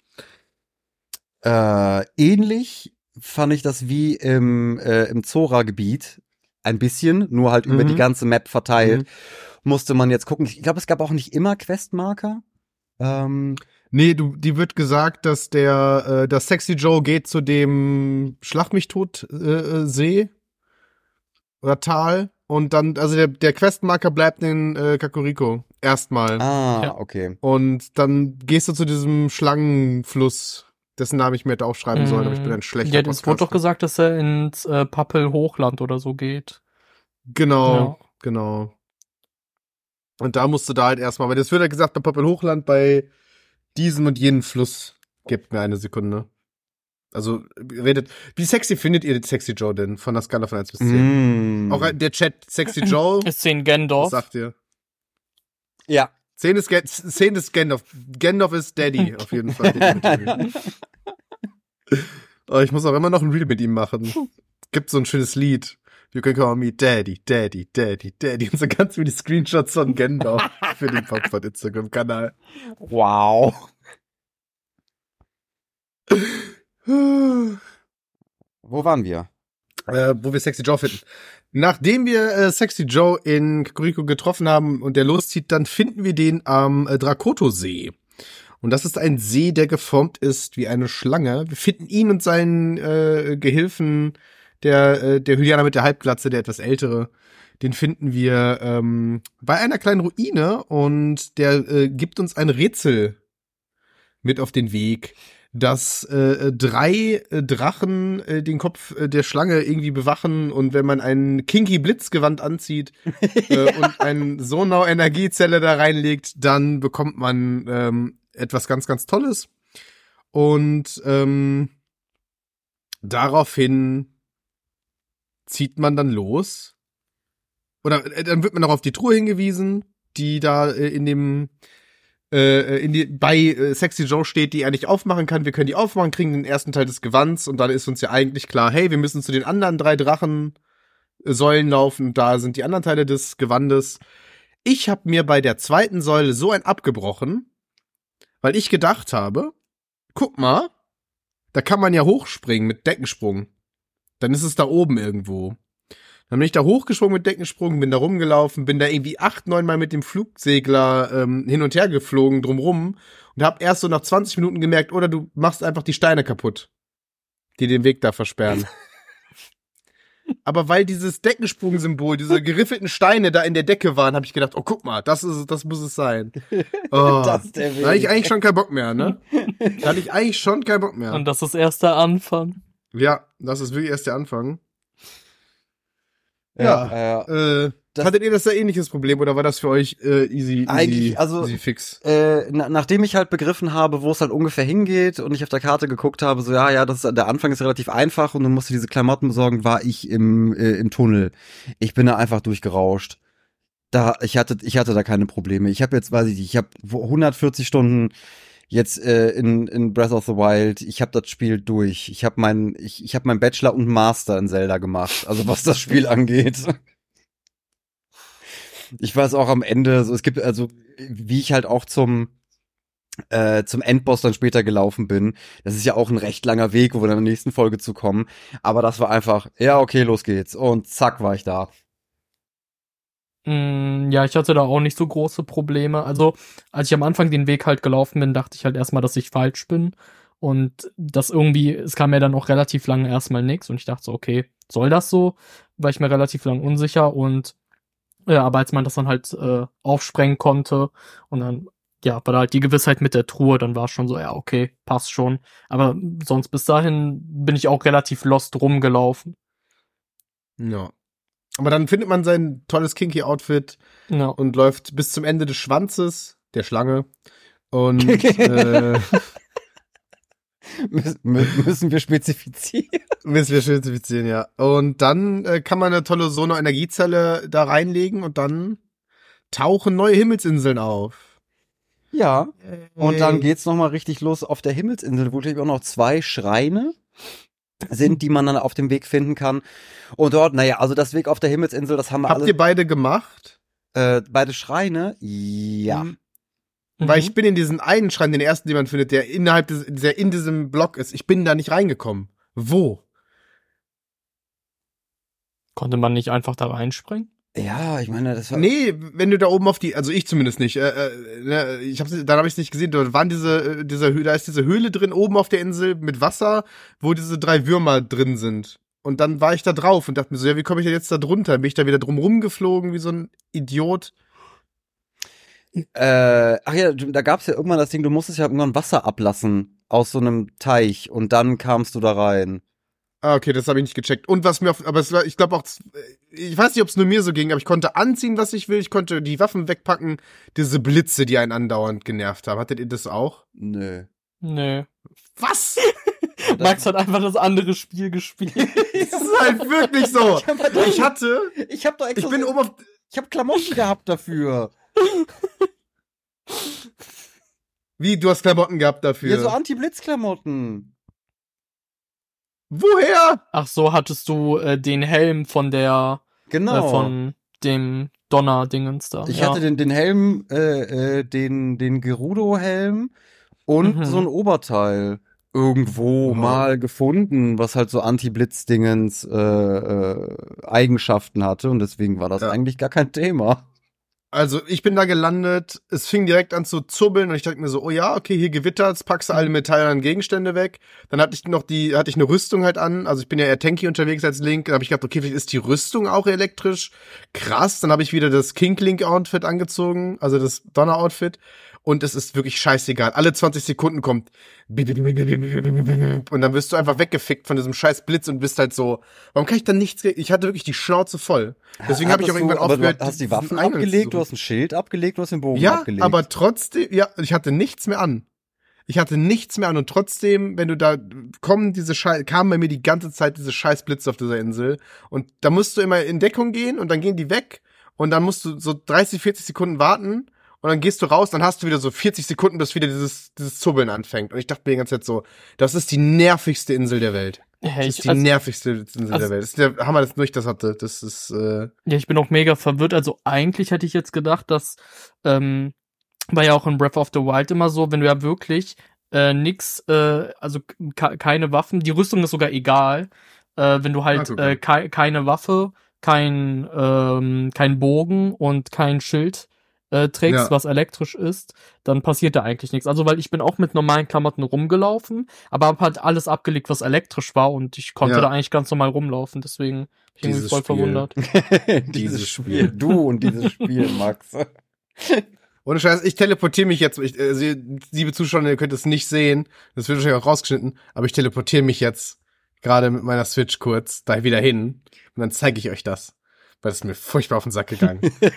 S4: Äh, ähnlich fand ich das wie im, äh, im Zora-Gebiet. Ein bisschen, nur halt über
S3: Mhm.
S4: die ganze Map verteilt.
S3: Mhm.
S4: Musste man jetzt gucken. Ich glaube, es gab auch nicht immer Questmarker. Ähm,
S3: Nee, du, die wird gesagt, dass der, äh, dass Sexy Joe geht zu dem Schlag mich tot äh, äh, See oder Tal und dann, also der, der Questmarker bleibt in äh, Kakariko erstmal.
S4: ah,
S1: Ja.
S4: okay.
S3: Und dann gehst du zu diesem Schlangenfluss, dessen Namen ich mir hätte aufschreiben sollen, aber ich bin ein schlechter
S1: Ja, es wurde doch
S3: Podcaster.
S1: gesagt, dass er ins äh, Pappel-Hochland oder so geht.
S3: Genau,
S1: Ja.
S3: genau. Und da musst du da halt erstmal, weil das wird ja gesagt, bei Pappel Hochland, bei diesem und jenem Fluss, gebt mir eine Sekunde. Also, redet, wie sexy findet ihr den Sexy Joe denn von der Skala von eins bis zehn?
S4: Mm.
S3: Auch der Chat Sexy Joe,
S1: Ist zehn
S3: was
S1: Gendorf.
S3: sagt ihr?
S4: Ja.
S3: zehn ist, Gen- zehn ist Gandalf. Gandalf ist Daddy, auf jeden Fall. Oh, ich muss auch immer noch ein Reel mit ihm machen. Gibt so ein schönes Lied. You can call me Daddy, Daddy, Daddy, Daddy. Und so ganz viele Screenshots von Gandalf für den Popford Instagram-Kanal.
S4: Wow. Wo waren wir?
S3: Äh, wo wir Sexy Joe finden. Nachdem wir äh, Sexy Joe in Kakariko getroffen haben und der loszieht, dann finden wir den am äh, Drakoto-See. Und das ist ein See, der geformt ist wie eine Schlange. Wir finden ihn und seinen äh, Gehilfen, der äh, der Hylianer mit der Halbglatze, der etwas ältere. Den finden wir ähm, bei einer kleinen Ruine und der äh, gibt uns ein Rätsel mit auf den Weg, dass äh, drei äh, Drachen äh, den Kopf äh, der Schlange irgendwie bewachen und wenn man ein Kinky Blitzgewand anzieht äh, und ein Sonau Energiezelle da reinlegt, dann bekommt man ähm, etwas ganz, ganz Tolles. Und ähm, daraufhin zieht man dann los. Oder äh, dann wird man noch auf die Truhe hingewiesen, die da äh, in dem äh, in die, bei äh, Sexy Joe steht, die er nicht aufmachen kann. Wir können die aufmachen, kriegen den ersten Teil des Gewands und dann ist uns ja eigentlich klar, hey, wir müssen zu den anderen drei Drachen äh, Säulen laufen. Da sind die anderen Teile des Gewandes. Ich habe mir bei der zweiten Säule so ein abgebrochen, weil ich gedacht habe, guck mal, da kann man ja hochspringen mit Deckensprung. Dann ist es da oben irgendwo. Dann bin ich da hochgesprungen mit Deckensprung, bin da rumgelaufen, bin da irgendwie acht, neun Mal mit dem Flugsegler ähm, hin und her geflogen drumrum und hab erst so nach zwanzig Minuten gemerkt, oder du machst einfach die Steine kaputt, die den Weg da versperren. Aber weil dieses Deckensprung-Symbol, diese geriffelten Steine da in der Decke waren, habe ich gedacht, oh, guck mal, das ist, das muss es sein. Oh,
S4: Das ist der
S3: da hatte ich
S4: Weg.
S3: eigentlich schon keinen Bock mehr, ne? Da hatte ich eigentlich schon keinen Bock mehr.
S1: Und das ist erst der Anfang.
S3: Ja, das ist wirklich erst der Anfang.
S4: Ja,
S3: Ja,
S4: äh,
S3: Äh,
S4: Das-
S3: hattet ihr das da ähnliches Problem oder war das für euch äh, easy,
S4: Eigentlich,
S3: easy,
S4: also-
S3: easy fix?
S4: Äh, na, nachdem ich halt begriffen habe, wo es halt ungefähr hingeht und ich auf der Karte geguckt habe, so ja, ja, das ist, der Anfang ist relativ einfach und du musst dir diese Klamotten besorgen, war ich im äh, im Tunnel. Ich bin da einfach durchgerauscht. Da ich hatte ich hatte da keine Probleme. Ich habe jetzt, weiß ich nicht, ich habe hundertvierzig Stunden jetzt äh, in in Breath of the Wild. Ich habe das Spiel durch. Ich habe mein ich ich habe meinen Bachelor und Master in Zelda gemacht. Also was das Spiel angeht. Ich weiß auch am Ende, so es gibt also, wie ich halt auch zum äh, zum Endboss dann später gelaufen bin. Das ist ja auch ein recht langer Weg, wo wir dann in der nächsten Folge zu kommen. Aber das war einfach, ja okay, los geht's und zack war ich da.
S1: Mm, ja, ich hatte da auch nicht so große Probleme. Also, als ich am Anfang den Weg halt gelaufen bin, dachte ich halt erstmal, dass ich falsch bin. Und das irgendwie, es kam mir dann auch relativ lange erstmal nichts. Und ich dachte so, okay, soll das so? War ich mir relativ lang unsicher. Und ja, aber als man das dann halt äh, aufsprengen konnte und dann, ja, war da halt die Gewissheit mit der Truhe, dann war es schon so, ja, okay, passt schon. Aber sonst bis dahin bin ich auch relativ lost rumgelaufen.
S3: Ja. Aber dann findet man sein tolles Kinky-Outfit
S1: Ja.
S3: und läuft bis zum Ende des Schwanzes der Schlange. Und äh,
S4: Mü mü müssen wir spezifizieren.
S3: müssen wir spezifizieren, ja. Und dann äh, kann man eine tolle Sono-Energiezelle da reinlegen und dann tauchen neue Himmelsinseln auf.
S4: Ja. Und dann
S3: Hey.
S4: geht's noch mal richtig los auf der Himmelsinsel, wo natürlich auch noch zwei Schreine sind, die man dann auf dem Weg finden kann. Und dort, naja, also das Weg auf der Himmelsinsel, das haben wir
S3: Habt
S4: alle.
S3: ihr beide gemacht?
S4: Äh, beide Schreine? Ja.
S3: Mhm. Weil ich bin in diesen einen Schrein, den ersten, den man findet, der innerhalb des, der in diesem Block ist. Ich bin da nicht reingekommen. Wo?
S1: Konnte man nicht einfach da reinspringen?
S4: Ja, ich meine, das war.
S3: Nee, wenn du da oben auf die, also ich zumindest nicht. Äh, äh, ne, ich hab's, dann habe ich es nicht gesehen. Da waren diese, äh, diese Höhle, da ist diese Höhle drin oben auf der Insel mit Wasser, wo diese drei Würmer drin sind. Und dann war ich da drauf und dachte mir so, ja, wie komme ich denn jetzt da drunter? Bin ich da wieder drum rumgeflogen wie so ein Idiot?
S4: Äh, ach ja, du- da gab's ja irgendwann das Ding, du musstest ja irgendwann Wasser ablassen aus so einem Teich und dann kamst du da rein.
S3: Ah, okay, das habe ich nicht gecheckt. Und was mir auf, aber es war, ich glaube auch, ich weiß nicht, ob es nur mir so ging, aber ich konnte anziehen, was ich will. Ich konnte die Waffen wegpacken. Diese Blitze, die einen andauernd genervt haben. Hattet ihr das auch?
S4: Nö.
S1: Nee.
S3: Was?
S1: Max hat einfach das andere Spiel gespielt.
S3: Das ist halt wirklich so.
S4: Ich hab, halt-
S3: Ich hatte,
S4: ich hab doch extra
S3: ich bin
S4: so,
S3: oben auf,
S4: ich hab Klamotten gehabt dafür.
S3: wie, du hast Klamotten gehabt dafür?
S4: Ja, so Anti-Blitz-Klamotten.
S3: Woher?
S1: Ach so, hattest du äh, den Helm von der,
S4: Genau.
S1: äh, von dem Donner-Dingens da.
S4: Ich
S1: ja.
S4: hatte den, den Helm, äh, äh, den, den Gerudo-Helm und
S1: Mhm.
S4: so ein Oberteil irgendwo
S3: Wow.
S4: mal gefunden, was halt so Anti-Blitz-Dingens äh, äh, Eigenschaften hatte und deswegen war das
S3: Ja.
S4: eigentlich gar kein Thema.
S3: Also, ich bin da gelandet, es fing direkt an zu zubbeln und ich dachte mir so, oh ja, okay, hier gewittert's, packst du alle metallenen Gegenstände weg. Dann hatte ich noch die, hatte ich eine Rüstung halt an, also ich bin ja eher tanky unterwegs als Link, dann habe ich gedacht, okay, vielleicht ist die Rüstung auch elektrisch. Krass, dann habe ich wieder das King-Link-Outfit angezogen, also das Donner-Outfit. Und es ist wirklich scheißegal. Alle zwanzig Sekunden kommt und dann wirst du einfach weggefickt von diesem scheiß Blitz und bist halt so, warum kann ich dann nichts, ich hatte wirklich die Schnauze voll. Deswegen habe ich auch
S4: Hattest
S3: irgendwann
S4: du, aber
S3: aufgehört.
S4: Du hast die
S3: diesen
S4: Waffen
S3: Eingang zu
S4: abgelegt,
S3: suchen.
S4: du hast ein Schild abgelegt, du hast den Bogen
S3: Ja,
S4: abgelegt.
S3: aber trotzdem, ja, ich hatte nichts mehr an. Ich hatte nichts mehr an und trotzdem, wenn du da kommen diese Scheiß, kamen bei mir die ganze Zeit diese scheiß Blitze auf dieser Insel und da musst du immer in Deckung gehen und dann gehen die weg und dann musst du so dreißig, vierzig Sekunden warten und dann gehst du raus, dann hast du wieder so vierzig Sekunden, bis wieder dieses dieses Zubbeln anfängt und ich dachte mir die ganze Zeit so, das ist die nervigste Insel der Welt.
S1: Hey,
S3: Das ist
S1: ich,
S3: die
S1: also,
S3: nervigste Insel
S1: also-
S3: der Welt. Das ist der Hammer, dass ich das hatte. Das ist äh,
S1: ja, ich bin auch mega verwirrt. Also eigentlich hätte ich jetzt gedacht, dass, ähm, war ja auch in Breath of the Wild immer so, wenn du ja wirklich äh, nix, äh, also ke- keine Waffen, die Rüstung ist sogar egal, äh, wenn du halt
S3: Ah, guck mal.
S1: äh, kei- keine Waffe, kein, ähm, kein Bogen und kein Schild äh, trägst,
S3: Ja.
S1: was elektrisch ist, dann passiert da eigentlich nichts. Also, weil ich bin auch mit normalen Klamotten rumgelaufen, aber hab halt alles abgelegt, was elektrisch war und ich konnte
S3: Ja.
S1: da eigentlich ganz normal rumlaufen, deswegen bin ich irgendwie
S3: Dieses
S1: voll
S3: Spiel.
S1: verwundert.
S4: dieses Spiel. Du und dieses Spiel, Max.
S3: Ohne Scheiß, ich teleportiere mich jetzt, ich, äh, Sie- liebe Zuschauer, ihr könnt es nicht sehen, das wird wahrscheinlich auch rausgeschnitten, aber ich teleportiere mich jetzt gerade mit meiner Switch kurz da wieder hin und dann zeige ich euch das, weil das ist mir furchtbar auf den Sack gegangen.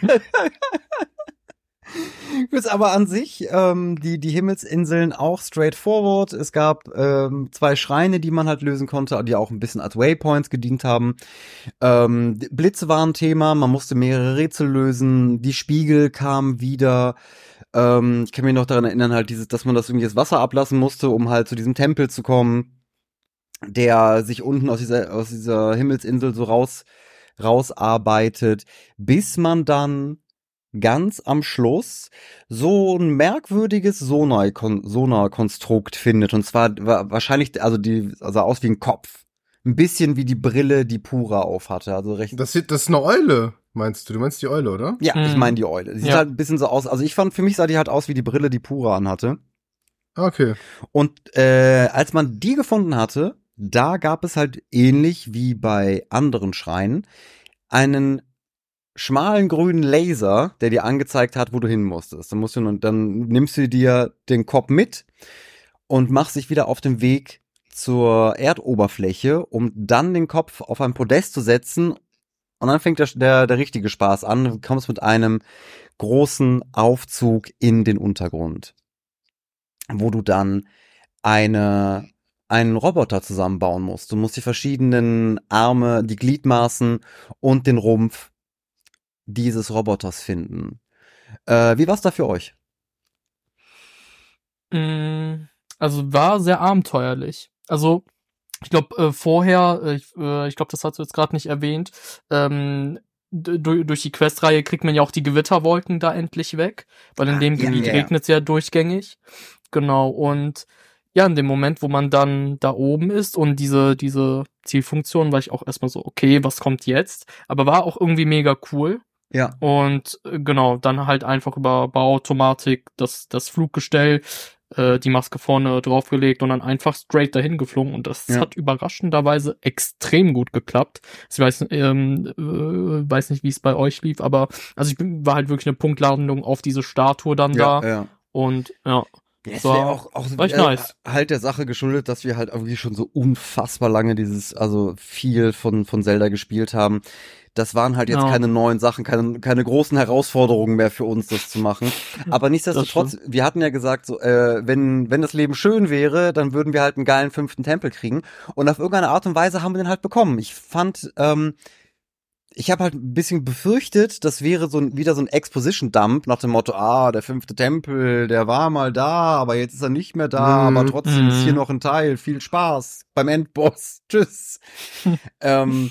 S4: Ist aber an sich ähm, die die Himmelsinseln auch straightforward. Es gab ähm, zwei Schreine, die man halt lösen konnte, die auch ein bisschen als Waypoints gedient haben. Ähm, Blitze waren Thema, man musste mehrere Rätsel lösen. Die Spiegel kamen wieder. Ähm, ich kann mich noch daran erinnern, halt dieses, dass man das irgendwie das Wasser ablassen musste, um halt zu diesem Tempel zu kommen, der sich unten aus dieser aus dieser Himmelsinsel so raus rausarbeitet, bis man dann ganz am Schluss so ein merkwürdiges Sonar- Sonar-Konstrukt findet. Und zwar wa- wahrscheinlich, also die sah aus wie ein Kopf. Ein bisschen wie die Brille, die Pura aufhatte. Also recht.
S3: Das, sieht, das ist eine Eule, meinst du? Du meinst die Eule, oder?
S4: Ja, ich
S1: Mhm.
S4: meine die Eule. Sie sieht
S1: Ja.
S4: halt ein bisschen so aus. Also ich fand, für mich sah die halt aus wie die Brille, die Pura anhatte.
S3: Okay.
S4: Und äh, als man die gefunden hatte, da gab es halt ähnlich wie bei anderen Schreinen einen schmalen grünen Laser, der dir angezeigt hat, wo du hin musstest. Dann musst du nun, dann nimmst du dir den Kopf mit und machst dich wieder auf den Weg zur Erdoberfläche, um dann den Kopf auf ein Podest zu setzen. Und dann fängt der, der, der richtige Spaß an. Du kommst mit einem großen Aufzug in den Untergrund, wo du dann eine einen Roboter zusammenbauen musst. Du musst die verschiedenen Arme, die Gliedmaßen und den Rumpf dieses Roboters finden. Äh, wie war's da für euch?
S1: Mm, Also war sehr abenteuerlich. Also ich glaube äh, vorher, äh, ich, äh, ich glaube, das hast du jetzt gerade nicht erwähnt, ähm, d- durch durch die Questreihe kriegt man ja auch die Gewitterwolken da endlich weg, weil in dem
S4: ja,
S1: Gebiet
S4: ja.
S1: regnet es ja durchgängig. Genau, und ja, in dem Moment, wo man dann da oben ist und diese diese Zielfunktion, war ich auch erstmal so, okay, was kommt jetzt? Aber war auch irgendwie mega cool.
S4: Ja.
S1: Und äh, genau, dann halt einfach über Bauautomatik das, das Fluggestell, äh, die Maske vorne draufgelegt und dann einfach straight dahin geflogen. Und das
S4: Ja.
S1: hat überraschenderweise extrem gut geklappt. Ich weiß, ähm, äh, weiß nicht, wie es bei euch lief, aber also ich bin, war halt wirklich eine Punktlandung auf diese Statue dann
S4: Ja,
S1: da.
S4: ja.
S1: Und ja,
S4: Es
S1: war-
S4: wäre auch, auch
S1: war echt
S4: äh,
S1: nice.
S4: halt der Sache geschuldet, dass wir halt irgendwie schon so unfassbar lange dieses, also viel von, von Zelda gespielt haben. Das waren halt jetzt
S1: Ja.
S4: keine neuen Sachen, keine, keine großen Herausforderungen mehr für uns, das zu machen. Aber nichtsdestotrotz, wir hatten ja gesagt, so, äh, wenn, wenn das Leben schön wäre, dann würden wir halt einen geilen fünften Tempel kriegen. Und auf irgendeine Art und Weise haben wir den halt bekommen. Ich fand, ähm, ich habe halt ein bisschen befürchtet, das wäre so ein, wieder so ein Exposition-Dump nach dem Motto, ah, der fünfte Tempel, der war mal da, aber jetzt ist er nicht mehr da,
S3: Mhm.
S4: aber trotzdem ist hier
S1: Mhm.
S4: noch ein Teil. Viel Spaß beim Endboss. Tschüss. ähm,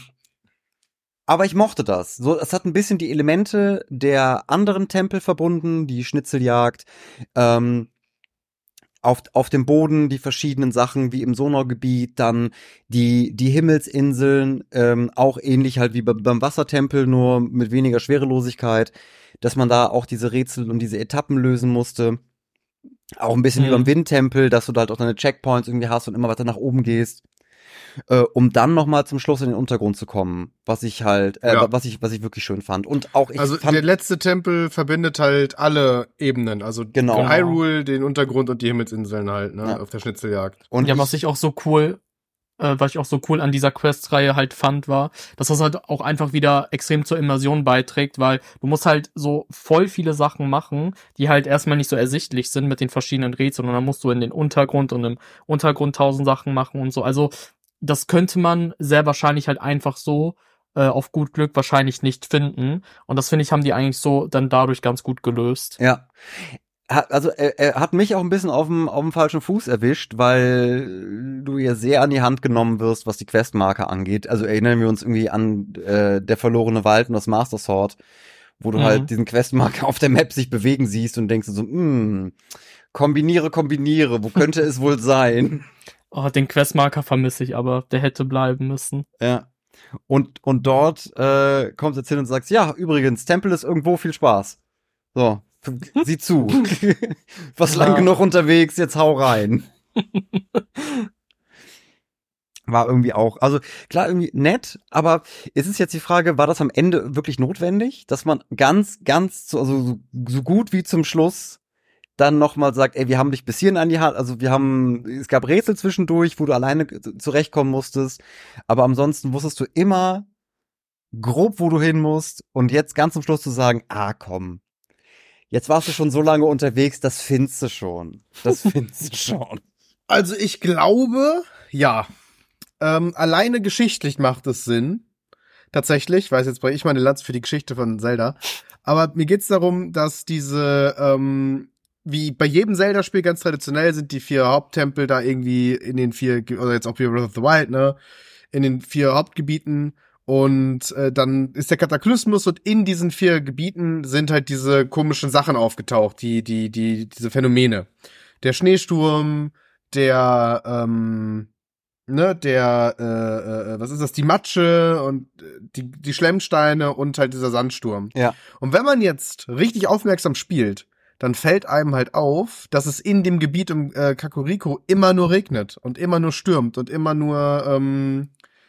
S4: aber ich mochte das. So, es hat ein bisschen die Elemente der anderen Tempel verbunden, die Schnitzeljagd, ähm, auf, auf dem Boden die verschiedenen Sachen wie im Sonargebiet, dann die, die Himmelsinseln, ähm, auch ähnlich halt wie be- beim Wassertempel, nur mit weniger Schwerelosigkeit, dass man da auch diese Rätsel und diese Etappen lösen musste. Auch ein bisschen wie
S1: Mhm.
S4: beim Windtempel, dass du da halt auch deine Checkpoints irgendwie hast und immer weiter nach oben gehst, äh, um dann nochmal zum Schluss in den Untergrund zu kommen, was ich halt, äh,
S3: Ja.
S4: was ich, was ich wirklich schön fand. Und auch ich
S3: Also
S4: fand,
S3: der letzte Tempel verbindet halt alle Ebenen, also
S4: Genau.
S3: Hyrule, den Untergrund und die Himmelsinseln halt, ne,
S4: Ja.
S3: auf der Schnitzeljagd.
S4: und
S1: ja,
S4: ich,
S1: was ich auch so cool, äh, was ich auch so cool an dieser Questreihe halt fand, war, dass das halt auch einfach wieder extrem zur Immersion beiträgt, weil du musst halt so voll viele Sachen machen, die halt erstmal nicht so ersichtlich sind mit den verschiedenen Rätseln und dann musst du in den Untergrund und im Untergrund tausend Sachen machen und so. Also das könnte man sehr wahrscheinlich halt einfach so äh, auf gut Glück wahrscheinlich nicht finden. Und das finde ich, haben die eigentlich so dann dadurch ganz gut gelöst.
S4: Ja. Hat- Also er, er hat mich auch ein bisschen auf dem, auf dem falschen Fuß erwischt, weil du ja sehr an die Hand genommen wirst, was die Questmarker angeht. Also erinnern wir uns irgendwie an äh, der verlorene Wald und das Master Sword, wo du
S1: Mhm.
S4: halt diesen Questmarker auf der Map sich bewegen siehst und denkst so, hm, kombiniere, kombiniere, wo könnte es wohl sein?
S1: Oh, den Questmarker vermisse ich aber, der hätte bleiben müssen.
S4: Ja. Und, und dort äh, kommst du jetzt hin und sagst, ja, übrigens, Tempel ist irgendwo, viel Spaß. So, Sieh zu. Was
S1: Ja.
S4: lang genug unterwegs, jetzt hau rein. War irgendwie auch, also klar, irgendwie nett, aber es ist jetzt die Frage, war das am Ende wirklich notwendig, dass man ganz, ganz, zu, also so, so gut wie zum Schluss dann nochmal sagt, ey, wir haben dich bis hierhin an die Hand, also wir haben, es gab Rätsel zwischendurch, wo du alleine zurechtkommen musstest, aber ansonsten wusstest du immer grob, wo du hin musst und jetzt ganz zum Schluss zu sagen, ah, komm, jetzt warst du schon so lange unterwegs, das findest du schon, das findest du schon.
S3: Also ich glaube, ja. Ähm, alleine geschichtlich macht es Sinn. Tatsächlich, weiß jetzt breche ich meine Lanze für die Geschichte von Zelda. Aber mir geht's darum, dass diese, ähm, wie bei jedem Zelda-Spiel ganz traditionell sind die vier Haupttempel da irgendwie in den vier, oder jetzt auch wie Breath of the Wild, ne, in den vier Hauptgebieten. Und äh, dann ist der Kataklysmus und in diesen vier Gebieten sind halt diese komischen Sachen aufgetaucht, die, die, die, diese Phänomene. Der Schneesturm, der, ähm, ne, der, äh, äh, was ist das, die Matsche und äh, die, die Schlemmsteine und halt dieser Sandsturm.
S4: Ja.
S3: Und wenn man jetzt richtig aufmerksam spielt, dann fällt einem halt auf, dass es in dem Gebiet um äh, Kakariko immer nur regnet und immer nur stürmt und immer nur ähm,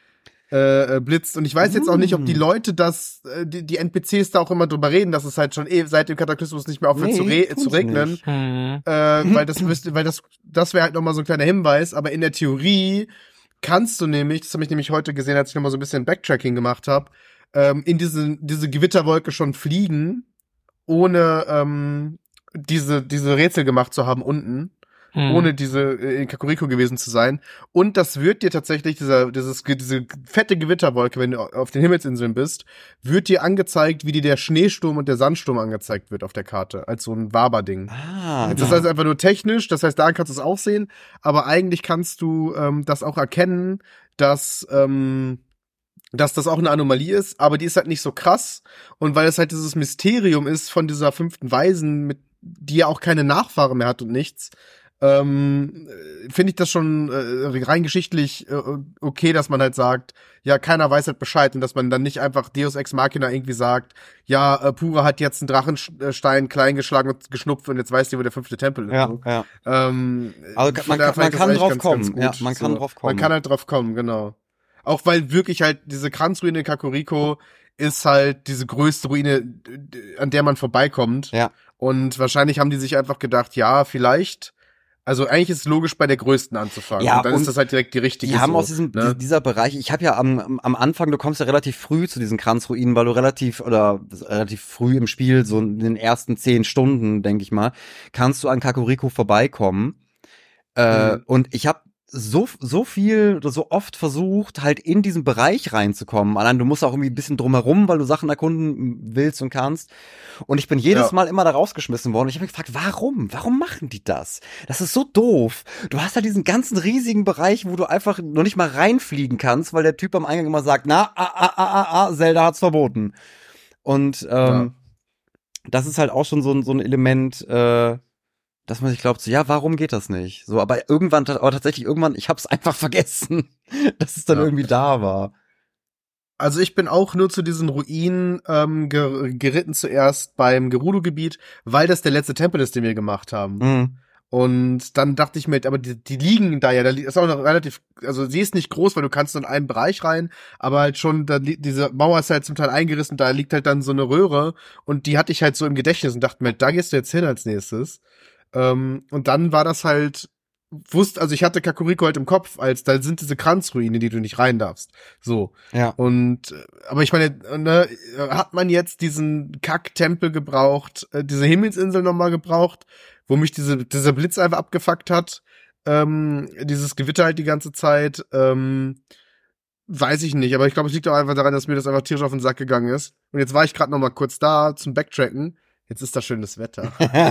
S3: äh, blitzt. Und ich weiß jetzt auch nicht, ob die Leute das, äh, die, die N P Cs da auch immer drüber reden, dass es halt schon eh seit dem Kataklysmus nicht mehr aufhört
S4: Nee,
S3: zu, re
S4: tun's
S3: zu regnen.
S4: nicht.
S1: Hm.
S3: Äh, weil das müsste, weil das, das wäre halt nochmal so ein kleiner Hinweis, aber in der Theorie kannst du nämlich, das habe ich nämlich heute gesehen, als ich nochmal so ein bisschen Backtracking gemacht habe, ähm, in diese, diese Gewitterwolke schon fliegen, ohne ähm, diese, diese Rätsel gemacht zu haben unten,
S1: Hm.
S3: ohne diese äh, in Kakariko gewesen zu sein. Und das wird dir tatsächlich, dieser, dieses, diese fette Gewitterwolke, wenn du auf den Himmelsinseln bist, wird dir angezeigt, wie dir der Schneesturm und der Sandsturm angezeigt wird auf der Karte, als so ein Waber-Ding.
S4: Ah,
S3: Das heißt einfach nur technisch, das heißt, da kannst du es auch sehen, aber eigentlich kannst du ähm, das auch erkennen, dass ähm, dass das auch eine Anomalie ist, aber die ist halt nicht so krass. Und weil es halt dieses Mysterium ist von dieser fünften Weisen, mit die ja auch keine Nachfahren mehr hat und nichts, ähm, finde ich das schon äh, rein geschichtlich äh, okay, dass man halt sagt, ja, keiner weiß halt Bescheid und dass man dann nicht einfach Deus Ex Machina irgendwie sagt, ja, äh, Pura hat jetzt einen Drachenstein klein geschlagen und geschnupft und jetzt weiß die, wo der fünfte Tempel ist.
S4: ja,
S3: So.
S4: ja.
S3: Ähm,
S4: Also
S3: von
S4: man
S3: daher
S4: kann- man
S3: fand ich das
S4: kann
S3: eigentlich
S4: drauf
S3: ganz,
S4: kommen.
S3: ganz gut.
S4: Ja, man kann drauf kommen.
S3: Man kann halt drauf kommen, genau. Auch weil wirklich halt diese Kranzruine in Kakariko ist halt diese größte Ruine, an der man vorbeikommt.
S4: Ja.
S3: Und wahrscheinlich haben die sich einfach gedacht, ja, vielleicht, also eigentlich ist es logisch, bei der größten anzufangen.
S4: Ja,
S3: und dann
S4: und
S3: ist das halt direkt die richtige.
S4: Die haben
S3: so,
S4: aus diesem,
S3: ne?
S4: die- dieser Bereich, ich habe ja am, am Anfang, du kommst ja relativ früh zu diesen Kranzruinen, weil du relativ, oder relativ früh im Spiel, so in den ersten zehn Stunden, denke ich mal, kannst du an Kakariko vorbeikommen. Äh,
S3: Mhm.
S4: und ich habe so, so viel oder so oft versucht, halt in diesen Bereich reinzukommen. Allein du musst auch irgendwie ein bisschen drumherum, weil du Sachen erkunden willst und kannst. Und ich bin jedes
S3: Ja.
S4: Mal immer da rausgeschmissen worden. Ich habe mich gefragt, warum? Warum machen die das? Das ist so doof. Du hast halt diesen ganzen riesigen Bereich, wo du einfach noch nicht mal reinfliegen kannst, weil der Typ am Eingang immer sagt, na, ah, ah, ah, ah, ah, Zelda hat's verboten. Und ähm, das ist halt auch schon so ein, so ein Element, äh, dass man sich glaubt, so, ja, warum geht das nicht? So, aber irgendwann, aber tatsächlich irgendwann, ich hab's einfach vergessen, dass es dann
S3: Ja.
S4: irgendwie da war.
S3: Also ich bin auch nur zu diesen Ruinen ähm, ger geritten zuerst beim Gerudo-Gebiet, weil das der letzte Tempel ist, den wir gemacht haben.
S4: Mhm.
S3: Und dann dachte ich mir, aber die, die liegen da ja, da li- ist auch noch relativ, also sie ist nicht groß, weil du kannst nur in einen Bereich rein, aber halt schon, da li- diese Mauer ist halt zum Teil eingerissen, da liegt halt dann so eine Röhre und die hatte ich halt so im Gedächtnis und dachte mir, da gehst du jetzt hin als nächstes. Ähm, und dann war das halt, wusste, also ich hatte Kakariko halt im Kopf, als da sind diese Kranzruinen, die du nicht rein darfst. So.
S4: Ja.
S3: Und, äh, aber ich meine, ne, hat man jetzt diesen Kack-Tempel gebraucht, äh, diese Himmelsinsel nochmal gebraucht, wo mich diese, dieser Blitz einfach abgefuckt hat, ähm, dieses Gewitter halt die ganze Zeit, ähm, weiß ich nicht, aber ich glaube, es liegt auch einfach daran, dass mir das einfach tierisch auf den Sack gegangen ist. Und jetzt war ich gerade noch mal kurz da zum Backtracken. Jetzt ist da schönes Wetter.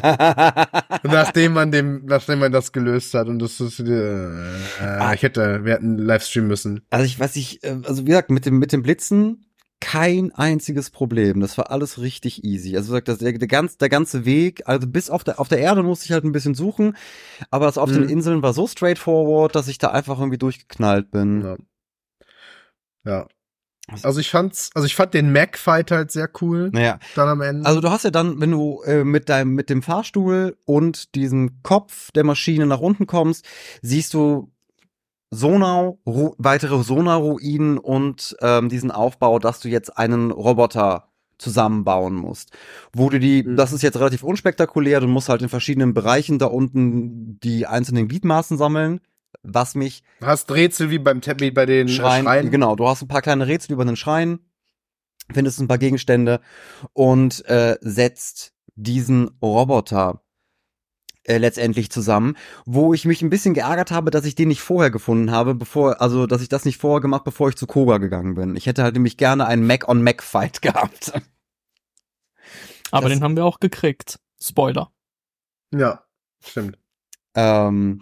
S3: Und nachdem man dem, nachdem man das gelöst hat und das ist, äh, ich hätte, wir hätten Livestream müssen.
S4: Also ich weiß nicht, äh, also wie gesagt, mit dem, mit dem Blitzen kein einziges Problem. Das war alles richtig easy. Also wie gesagt, das, der, der, ganz, der ganze Weg, also bis auf der, auf der Erde musste ich halt ein bisschen suchen, aber das auf
S3: Mhm.
S4: den Inseln war so straightforward, dass ich da einfach irgendwie durchgeknallt bin.
S3: Ja. Ja. Also ich fand's, also ich fand den Mac-Fight halt sehr cool.
S4: Naja,
S3: Dann am Ende.
S4: also du hast ja dann, wenn du äh, mit deinem mit dem Fahrstuhl und diesem Kopf der Maschine nach unten kommst, siehst du Sonar, Ru- weitere Sonar-Ruinen und ähm, diesen Aufbau, dass du jetzt einen Roboter zusammenbauen musst. Wo du die,
S3: Mhm.
S4: das ist jetzt relativ unspektakulär, du musst halt in verschiedenen Bereichen da unten die einzelnen Gliedmaßen sammeln, was mich
S3: Hast Rätsel wie beim Te- wie bei den
S4: Schrein,
S3: Schreien. Schreien.
S4: genau, du hast ein paar kleine Rätsel über den Schrein, findest ein paar Gegenstände und äh, setzt diesen Roboter äh, letztendlich zusammen, wo ich mich ein bisschen geärgert habe, dass ich den nicht vorher gefunden habe, bevor, also dass ich das nicht vorher gemacht, bevor ich zu Koga gegangen bin. Ich hätte halt nämlich gerne einen Mac-on-Mac-Fight gehabt.
S1: Aber
S4: Das-
S1: den haben wir auch gekriegt. Spoiler.
S3: Ja, stimmt.
S4: Ähm,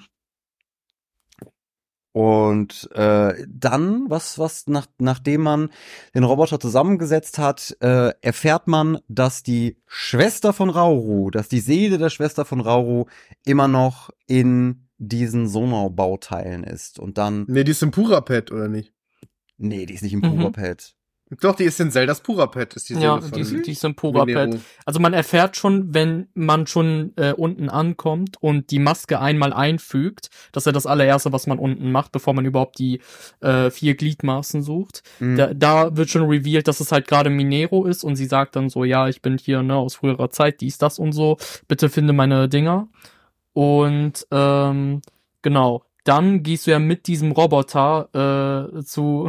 S4: und äh, dann, was, was, nach, nachdem man den Roboter zusammengesetzt hat, äh, erfährt man, dass die Schwester von Rauru, dass die Seele der Schwester von Rauru immer noch in diesen Sonar-Bauteilen ist. Und dann,
S3: Nee, die ist im Purapet, oder nicht?
S4: nee, die ist nicht im
S1: Mhm.
S4: Purapet.
S3: Doch, die ist in Zeldas Purapet, ist die Seele
S1: Ja,
S3: von
S1: die, ist- die ist im Purapet.
S3: Minero.
S1: Also man erfährt schon, wenn man schon äh, unten ankommt und die Maske einmal einfügt, das ist ja das allererste, was man unten macht, bevor man überhaupt die äh, vier Gliedmaßen sucht.
S4: Mhm.
S1: Da, da wird schon revealed, dass es halt gerade Minero ist und sie sagt dann so, ja, ich bin hier ne aus früherer Zeit, dies, das und so, bitte finde meine Dinger. Und ähm, genau, dann gehst du ja mit diesem Roboter äh, zu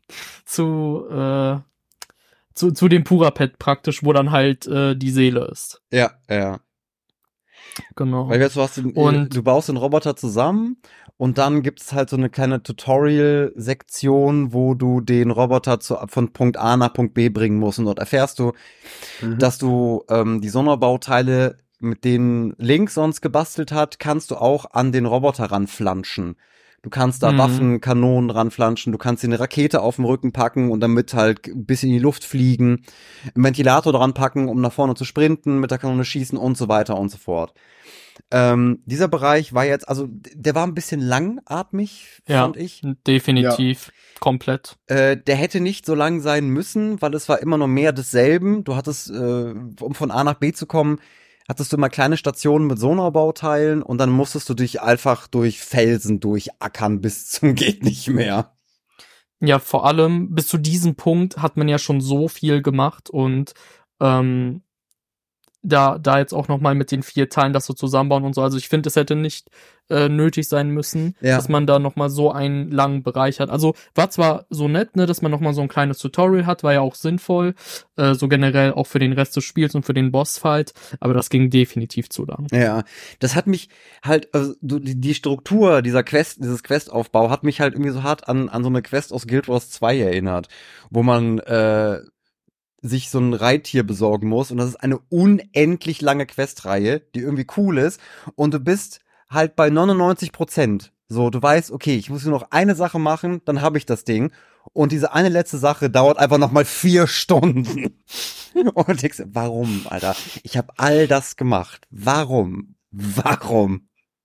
S1: zu äh, zu, zu dem Purapet praktisch, wo dann halt äh, die Seele ist.
S4: Ja, ja.
S1: Genau.
S4: Weil jetzt, du hast den,
S1: Und-
S4: du baust den Roboter zusammen und dann gibt's halt so eine kleine Tutorial-Sektion, wo du den Roboter zu, von Punkt A nach Punkt B bringen musst. Und dort erfährst du,
S3: Mhm.
S4: dass du ähm, die Sonderbauteile, mit denen Link sonst gebastelt hat, kannst du auch an den Roboter ranflanschen. Du kannst da
S1: Mhm.
S4: Waffen, Kanonen ranflanschen, du kannst dir eine Rakete auf den Rücken packen und damit halt ein bisschen in die Luft fliegen, einen Ventilator dran packen, um nach vorne zu sprinten, mit der Kanone schießen und so weiter und so fort. Ähm, dieser Bereich war jetzt, also der war ein bisschen langatmig,
S1: Ja.
S4: fand ich.
S1: Definitiv. Komplett.
S4: Äh, der hätte nicht so lang sein müssen, weil es war immer nur mehr desselben. Du hattest, äh, um von A nach B zu kommen, hattest du immer kleine Stationen mit Sonarbauteilen und dann musstest du dich einfach durch Felsen durchackern bis zum geht nicht mehr.
S1: Ja, vor allem bis zu diesem Punkt hat man ja schon so viel gemacht und ähm, da da jetzt auch noch mal mit den vier Teilen das so zusammenbauen und so. Also ich finde, es hätte nicht äh, nötig sein müssen,
S4: Ja.
S1: dass man da noch mal so einen langen Bereich hat. Also war zwar so nett, ne, dass man noch mal so ein kleines Tutorial hat, war ja auch sinnvoll, äh, so generell auch für den Rest des Spiels und für den Bossfight, aber das ging definitiv zu lang.
S4: Ja, das hat mich halt, also du- die, die Struktur dieser Quest, dieses Questaufbau hat mich halt irgendwie so hart an, an so eine Quest aus Guild Wars zwei erinnert, wo man äh, sich so ein Reittier besorgen muss und das ist eine unendlich lange Questreihe, die irgendwie cool ist und du bist halt bei neunundneunzig Prozent. So, du weißt, okay, ich muss nur noch eine Sache machen, dann habe ich das Ding und diese eine letzte Sache dauert einfach noch mal vier Stunden. Und du denkst, warum, Alter? Ich habe all das gemacht. Warum? Warum?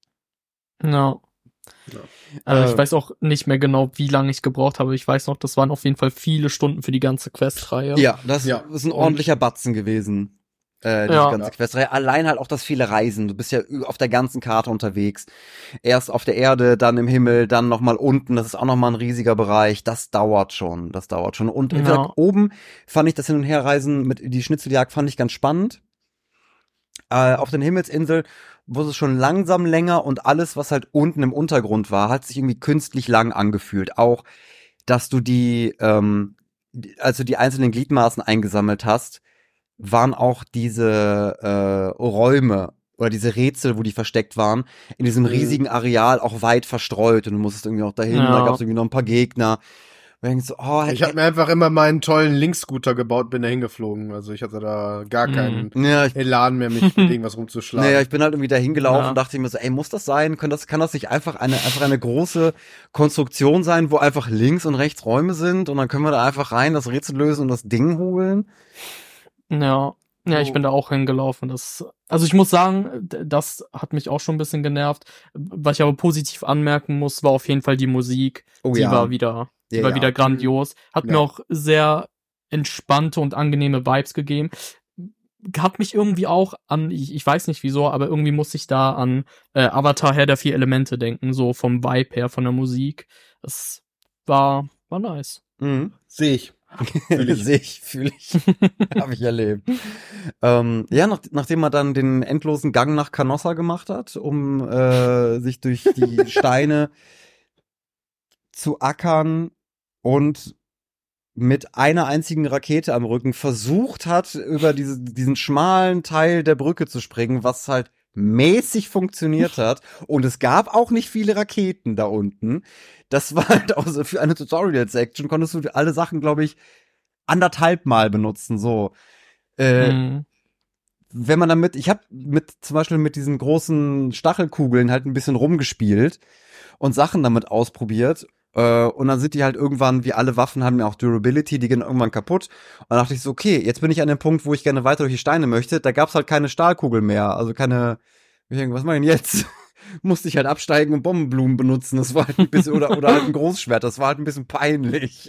S1: Ja.
S3: Ja.
S1: Also
S4: Äh,
S1: ich weiß auch nicht mehr genau, wie lange ich gebraucht habe. Ich weiß noch, das waren auf jeden Fall viele Stunden für die ganze Questreihe.
S4: Ja, das
S3: Ja.
S4: ist ein ordentlicher Batzen gewesen. Äh, diese
S1: Ja.
S4: ganze Questreihe. Allein halt auch das viele Reisen. Du bist ja auf der ganzen Karte unterwegs. Erst auf der Erde, dann im Himmel, dann nochmal unten. Das ist auch nochmal ein riesiger Bereich. Das dauert schon. Das dauert schon. Und wie
S1: Ja.
S4: gesagt, oben fand ich das Hin- und Herreisen mit die Schnitzeljagd fand ich ganz spannend. Äh, auf den Himmelsinsel wurde es schon langsam länger und alles, was halt unten im Untergrund war, hat sich irgendwie künstlich lang angefühlt. Auch, dass du die, ähm, die- als du die einzelnen Gliedmaßen eingesammelt hast, waren auch diese äh, Räume oder diese Rätsel, wo die versteckt waren, in diesem
S3: Mhm.
S4: riesigen Areal auch weit verstreut und du musstest irgendwie auch dahin,
S1: Ja.
S4: da gab es irgendwie noch ein paar Gegner. Und denkst so, oh,
S3: Ich habe mir einfach immer meinen tollen Link-Scooter gebaut, bin da hingeflogen. Also ich hatte da gar
S1: Mhm.
S3: keinen
S4: ja, ich
S3: Elan mehr, mich mit irgendwas rumzuschlagen.
S4: Naja, ich bin halt irgendwie da hingelaufen
S1: Ja.
S4: und dachte mir so, ey, muss das sein? Kann das, kann das nicht einfach eine, einfach eine große Konstruktion sein, wo einfach links und rechts Räume sind und dann können wir da einfach rein, das Rätsel lösen und das Ding holen?
S1: Ja. Ja, ich
S3: So.
S1: bin da auch hingelaufen. Das, also ich muss sagen, d- das hat mich auch schon ein bisschen genervt. Was ich aber positiv anmerken muss, war auf jeden Fall die Musik.
S4: Oh
S1: die
S4: ja.
S1: war wieder Die
S4: Ja,
S1: war
S4: ja.
S1: wieder grandios. Hat
S3: Ja.
S1: mir auch sehr entspannte und angenehme Vibes gegeben. Hat mich irgendwie auch an, ich, ich weiß nicht wieso, aber irgendwie muss ich da an äh, Avatar Herr der vier Elemente denken, so vom Vibe her, von der Musik. Es war, war nice.
S4: Mhm.
S3: Sehe ich. Fühl ich.
S4: Sehe ich, fühle ich. Habe ich erlebt. Ähm, ja, nach, nachdem er dann den endlosen Gang nach Canossa gemacht hat, um äh, sich durch die Steine zu ackern und mit einer einzigen Rakete am Rücken versucht hat, über diese, diesen schmalen Teil der Brücke zu springen, was halt mäßig funktioniert hat. Und es gab auch nicht viele Raketen da unten. Das war halt auch so, für eine Tutorial-Section konntest du alle Sachen, glaube ich, anderthalb Mal benutzen, so. Äh,
S1: Mhm.
S4: Wenn man damit, ich habe mit, zum Beispiel mit diesen großen Stachelkugeln halt ein bisschen rumgespielt und Sachen damit ausprobiert. Äh, und dann sind die halt irgendwann, wie alle Waffen haben ja auch Durability, die gehen irgendwann kaputt. Und dann dachte ich so, okay, jetzt bin ich an dem Punkt, wo ich gerne weiter durch die Steine möchte. Da gab's halt keine Stahlkugel mehr, also keine, ich denke, was mach ich denn jetzt? Musste ich halt absteigen und Bombenblumen benutzen. Das war halt ein bisschen, oder, oder halt ein Großschwert, das war halt ein bisschen peinlich.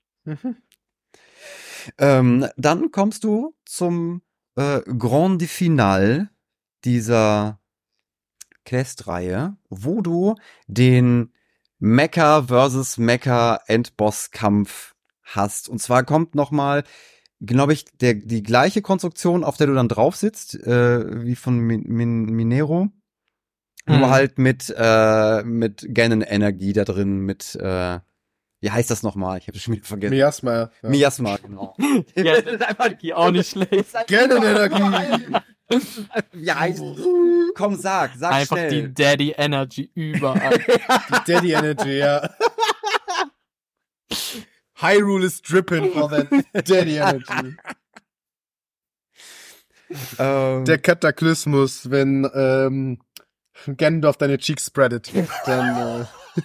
S4: ähm, dann kommst du zum äh, Grande Finale dieser Questreihe, wo du den Mecha versus Mecha Endbosskampf hast. Und zwar kommt nochmal, glaube ich, der, die gleiche Konstruktion, auf der du dann drauf sitzt, äh, wie von Min Min Minero.
S1: Mhm.
S4: Nur halt mit, äh, mit Ganon-Energie da drin, mit, äh, wie heißt das nochmal? Ich habe das schon wieder vergessen.
S3: Miasma. Ja.
S4: Miasma, genau.
S1: Ja, das ist einfach auch nicht schlecht.
S3: Ganon-Energie.
S4: Wie heißt es? Komm, sag, sag
S1: Einfach
S4: schnell.
S1: die Daddy Energy überall.
S3: Die Daddy Energy, ja. Hyrule is dripping for that Daddy Energy.
S4: ähm,
S3: Der Kataklysmus, wenn ähm, Gandalf deine Cheeks spreadet, dann äh,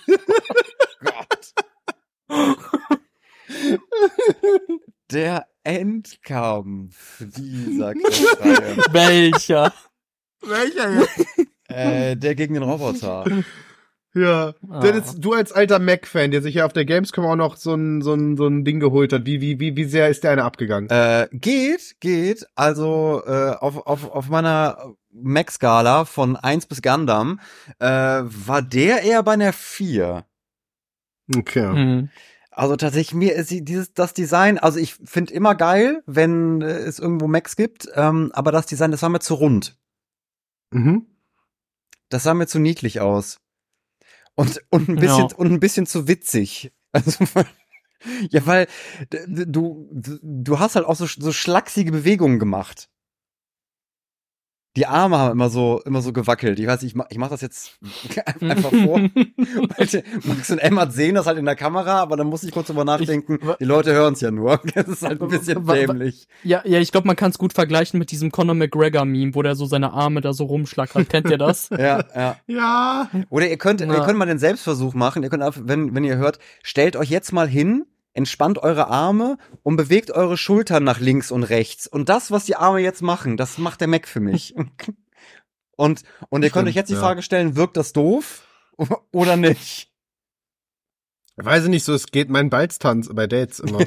S4: der Endkampf dieser Questreihe.
S1: Welcher?
S3: welcher jetzt?
S4: äh, der gegen den Roboter.
S3: Ja.
S1: Ah.
S3: Dennis, du als alter Mac-Fan, der sich ja auf der Gamescom auch noch so ein, so ein, so ein Ding geholt hat, wie, wie, wie, wie sehr ist der eine abgegangen?
S4: Äh, geht, geht. Also äh, auf, auf, auf meiner Mac-Skala von eins bis Gundam äh, war der eher bei einer vier.
S3: Okay.
S1: Mhm.
S4: Also tatsächlich, mir ist die- dieses das Design, also ich finde immer geil, wenn äh, es irgendwo Macs gibt, ähm, aber das Design, das war mir zu rund.
S3: Mhm.
S4: Das sah mir zu niedlich aus. Und, und ein bisschen,
S1: Ja.
S4: und ein bisschen zu witzig. Also, ja, weil d- du, du hast halt auch so, so schlachsige Bewegungen gemacht. Die Arme haben immer so, immer so gewackelt. Ich weiß nicht, ich mach, ich mach das jetzt einfach vor. Weil Max und Emma sehen das halt in der Kamera, aber dann muss ich kurz drüber nachdenken,
S1: Ich-
S4: die Leute hören es ja nur. Das ist halt ein bisschen
S1: Wa- wa-
S4: dämlich.
S1: Ja, ja, ich glaube, man kann es gut vergleichen mit diesem Conor McGregor-Meme, wo der so seine Arme da so rumschlackert. Kennt ihr das?
S4: Ja, ja.
S3: Ja.
S4: Oder ihr könnt,
S1: Ja.
S4: ihr könnt mal den Selbstversuch machen. Ihr könnt, einfach, wenn, wenn ihr hört, stellt euch jetzt mal hin, entspannt eure Arme und bewegt eure Schultern nach links und rechts. Und das, was die Arme jetzt machen, das macht der Mac für mich. Und, und ihr könnt
S3: Stimmt,
S4: euch jetzt die
S3: ja.
S4: Frage stellen, wirkt das doof oder nicht?
S3: Weiß ich nicht, so es geht mein Balztanz bei Dates immer.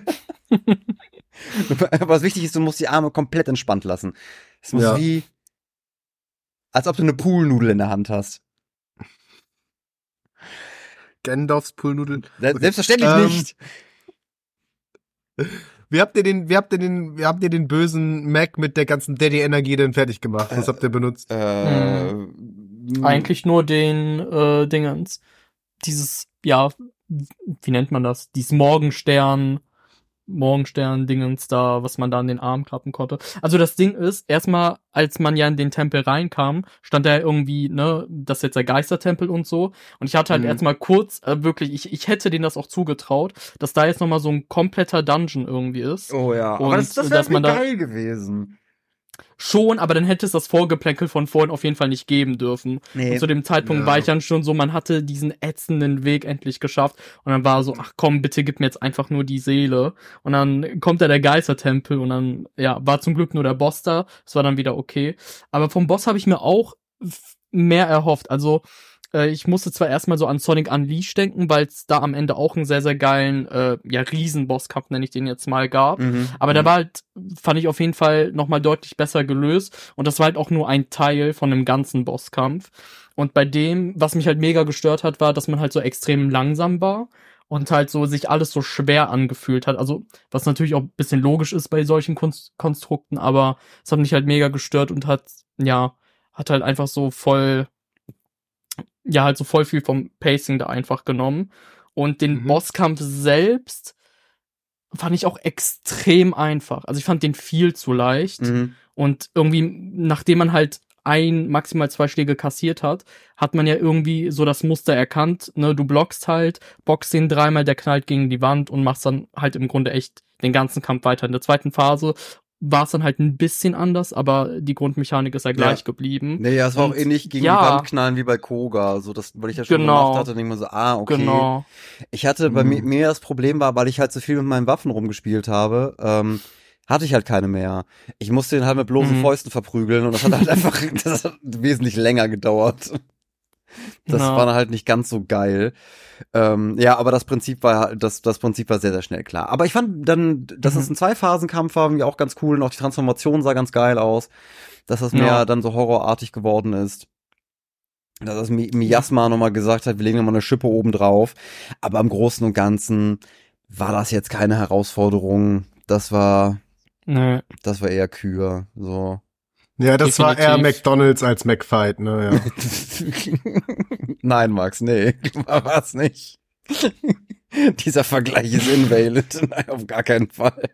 S4: Aber was wichtig ist, du musst die Arme komplett entspannt lassen. Es muss
S3: Ja.
S4: wie, als ob du eine Poolnudel in der Hand hast.
S3: Gandalfs Poolnudeln.
S4: Se- Selbstverständlich
S3: Ähm,
S4: nicht.
S3: Wie habt ihr den, wie habt ihr den, wie habt ihr den bösen Mac mit der ganzen Daddy-Energie denn fertig gemacht? Was habt ihr benutzt?
S4: Äh,
S1: Eigentlich nur den äh, Dingens. Dieses, ja, wie nennt man das? Dieses Morgenstern, Morgenstern-Dingens da, was man da an den Arm klappen konnte. Also das Ding ist, erstmal, als man ja in den Tempel reinkam, stand da irgendwie, ne, das ist jetzt der Geistertempel und so. Und ich hatte halt
S3: Mhm.
S1: erstmal kurz, äh, wirklich, ich, ich hätte denen das auch zugetraut, dass da jetzt nochmal so ein kompletter Dungeon irgendwie ist.
S4: Oh ja, aber
S1: Und,
S4: das, das
S1: äh,
S4: wäre
S1: dass man da-
S4: geil gewesen.
S1: Schon, aber dann hätte es das Vorgeplänkel von vorhin auf jeden Fall nicht geben dürfen.
S4: Nee.
S1: Und zu dem Zeitpunkt
S3: Ja.
S1: war ich dann schon so, man hatte diesen ätzenden Weg endlich geschafft. Und dann war so, ach komm, bitte gib mir jetzt einfach nur die Seele. Und dann kommt da der Geistertempel und dann, ja, war zum Glück nur der Boss da. Das war dann wieder okay. Aber vom Boss habe ich mir auch f- mehr erhofft. Also, äh, ich musste zwar erstmal so an Sonic Unleashed denken, weil es da am Ende auch einen sehr, sehr geilen, äh, ja, Riesen-Bosskampf, nenne ich den jetzt mal, gab.
S4: Mhm.
S1: Aber der war halt, fand ich auf jeden Fall nochmal deutlich besser gelöst. Und das war halt auch nur ein Teil von einem ganzen Bosskampf. Und bei dem, was mich halt mega gestört hat, war, dass man halt so extrem langsam war. Und halt so sich alles so schwer angefühlt hat. Also, was natürlich auch ein bisschen logisch ist bei solchen Kunst- Konstrukten, aber es hat mich halt mega gestört und hat, ja, hat halt einfach so voll, ja, halt so voll viel vom Pacing da einfach genommen. Und den
S3: Mhm.
S1: Bosskampf selbst fand ich auch extrem einfach. Also ich fand den viel zu leicht.
S4: Mhm.
S1: Und irgendwie, nachdem man halt ein, maximal zwei Schläge kassiert hat, hat man ja irgendwie so das Muster erkannt, ne, du blockst halt, boxst ihn dreimal, der knallt gegen die Wand und machst dann halt im Grunde echt den ganzen Kampf weiter. In der zweiten Phase war es dann halt ein bisschen anders, aber die Grundmechanik ist ja gleich
S4: Ja.
S1: geblieben.
S4: Nee, ja, es war auch
S1: Und
S4: ähnlich gegen
S1: ja.
S4: die Wand knallen wie bei Koga, so das, weil ich ja schon
S1: Genau.
S4: gemacht hatte, denke ich mir so, ah, okay.
S1: Genau.
S4: Ich hatte, bei
S3: Mhm.
S4: mir, mir das Problem war, weil ich halt so viel mit meinen Waffen rumgespielt habe, ähm, hatte ich halt keine mehr. Ich musste den halt mit bloßen
S1: Mhm.
S4: Fäusten verprügeln und das hat halt einfach, das hat wesentlich länger gedauert. Das
S1: Ja.
S4: war dann halt nicht ganz so geil. Ähm, ja, aber das Prinzip war, das, das Prinzip war sehr, sehr schnell klar. Aber ich fand dann, dass
S1: Mhm.
S4: es ein Zwei-Phasen-Kampf war, irgendwie auch ganz cool und auch die Transformation sah ganz geil aus. Dass das mehr
S1: Ja.
S4: dann so horrorartig geworden ist. Dass das Mi- Miasma nochmal gesagt hat, wir legen nochmal eine Schippe oben drauf. Aber im Großen und Ganzen war das jetzt keine Herausforderung. Das war,
S1: Nee.
S4: das war eher Kür, so.
S3: Ja, das war eher
S1: Definitiv.
S3: McDonald's als McFight, ne, ja.
S4: Nein, Max, nee, war es nicht. Dieser Vergleich ist invalid. Nein, auf gar keinen Fall.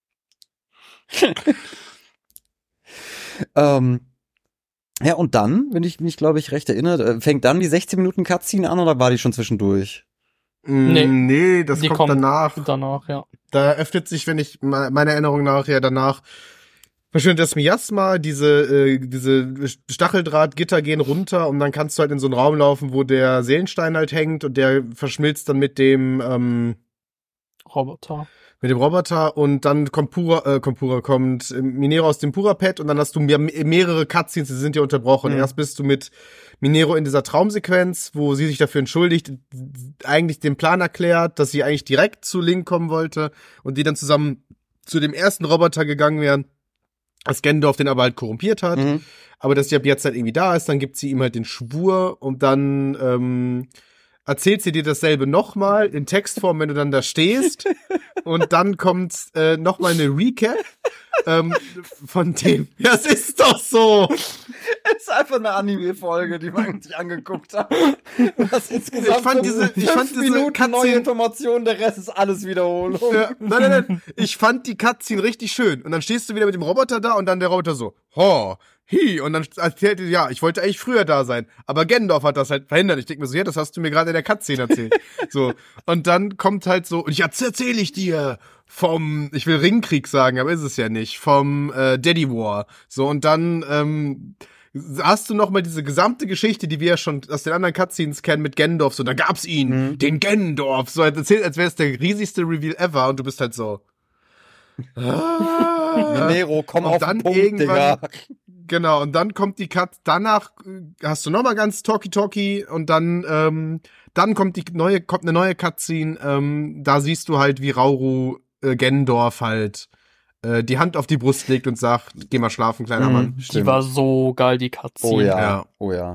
S4: ähm, ja, und dann, wenn ich mich, glaube ich, recht erinnere, äh, fängt dann die sechzehn Minuten Cutscene an oder war die schon zwischendurch?
S1: Nee.
S3: Nee, nee, das
S1: Die
S3: kommt
S1: kommt
S3: danach.
S1: Danach, ja.
S3: Da öffnet sich, wenn ich me- meiner Erinnerung nach ja danach verschwindet das Miasma, diese äh, diese Stacheldrahtgitter gehen runter und dann kannst du halt in so einen Raum laufen, wo der Seelenstein halt hängt und der verschmilzt dann mit dem ähm,
S1: Roboter.
S3: mit dem Roboter und dann kommt Pura, äh, kommt Pura, kommt äh, Minero aus dem Pura-Pad und dann hast du mehr, mehrere Cutscenes, die sind ja unterbrochen.
S4: Mhm.
S3: Erst bist du mit Minero in dieser Traumsequenz, wo sie sich dafür entschuldigt, eigentlich den Plan erklärt, dass sie eigentlich direkt zu Link kommen wollte und die dann zusammen zu dem ersten Roboter gegangen wären, als Gendorf den aber halt korrumpiert hat,
S4: Mhm.
S3: aber dass sie ab jetzt halt irgendwie da ist, dann gibt sie ihm halt den Schwur und dann ähm, erzählt sie dir dasselbe nochmal in Textform, wenn du dann da stehst und dann kommt äh, nochmal eine Recap ähm, von dem, ja, es ist doch so.
S4: Es ist einfach eine Anime-Folge, die man sich angeguckt hat. Das insgesamt
S3: Ich fand diese- ich fand diese
S4: Minuten neue
S3: Cutscene-
S4: Informationen, der Rest ist alles Wiederholung.
S3: Ja, nein, nein, nein. Ich fand die Cutscene richtig schön. Und dann stehst du wieder mit dem Roboter da und dann der Roboter so, ho, hi. Und dann erzählt er, ja, ich wollte eigentlich früher da sein. Aber Gendorf hat das halt verhindert. Ich denke mir so, ja, das hast du mir gerade in der Cutscene erzählt. So. Und dann kommt halt so, und jetzt erzähle ich dir vom, ich will Ringkrieg sagen, aber ist es ja nicht, vom äh, Daddy War. So, und dann, ähm, hast du noch mal diese gesamte Geschichte, die wir ja schon aus den anderen Cutscenes kennen mit Gendorf, so, da gab's ihn,
S4: Mhm.
S3: den Gendorf, so erzählt, als wäre es der riesigste Reveal ever und du bist halt so. Ah.
S4: Nero, komm
S3: Und
S4: auf
S3: dann
S4: den Punkt,
S3: irgendwann-
S4: Digga.
S3: Genau, und dann kommt die Cut, danach äh, hast du noch mal ganz Talkie-Talkie und dann, ähm, dann kommt die neue, kommt eine neue Cutscene, ähm, da siehst du halt, wie Rauru äh, Gendorf halt äh, die Hand auf die Brust legt und sagt, geh mal schlafen, kleiner
S4: Mhm.
S3: Mann.
S1: Die
S4: Stimmt.
S1: war so geil, die Cutscene.
S4: Oh ja,
S3: Ja.
S4: oh ja.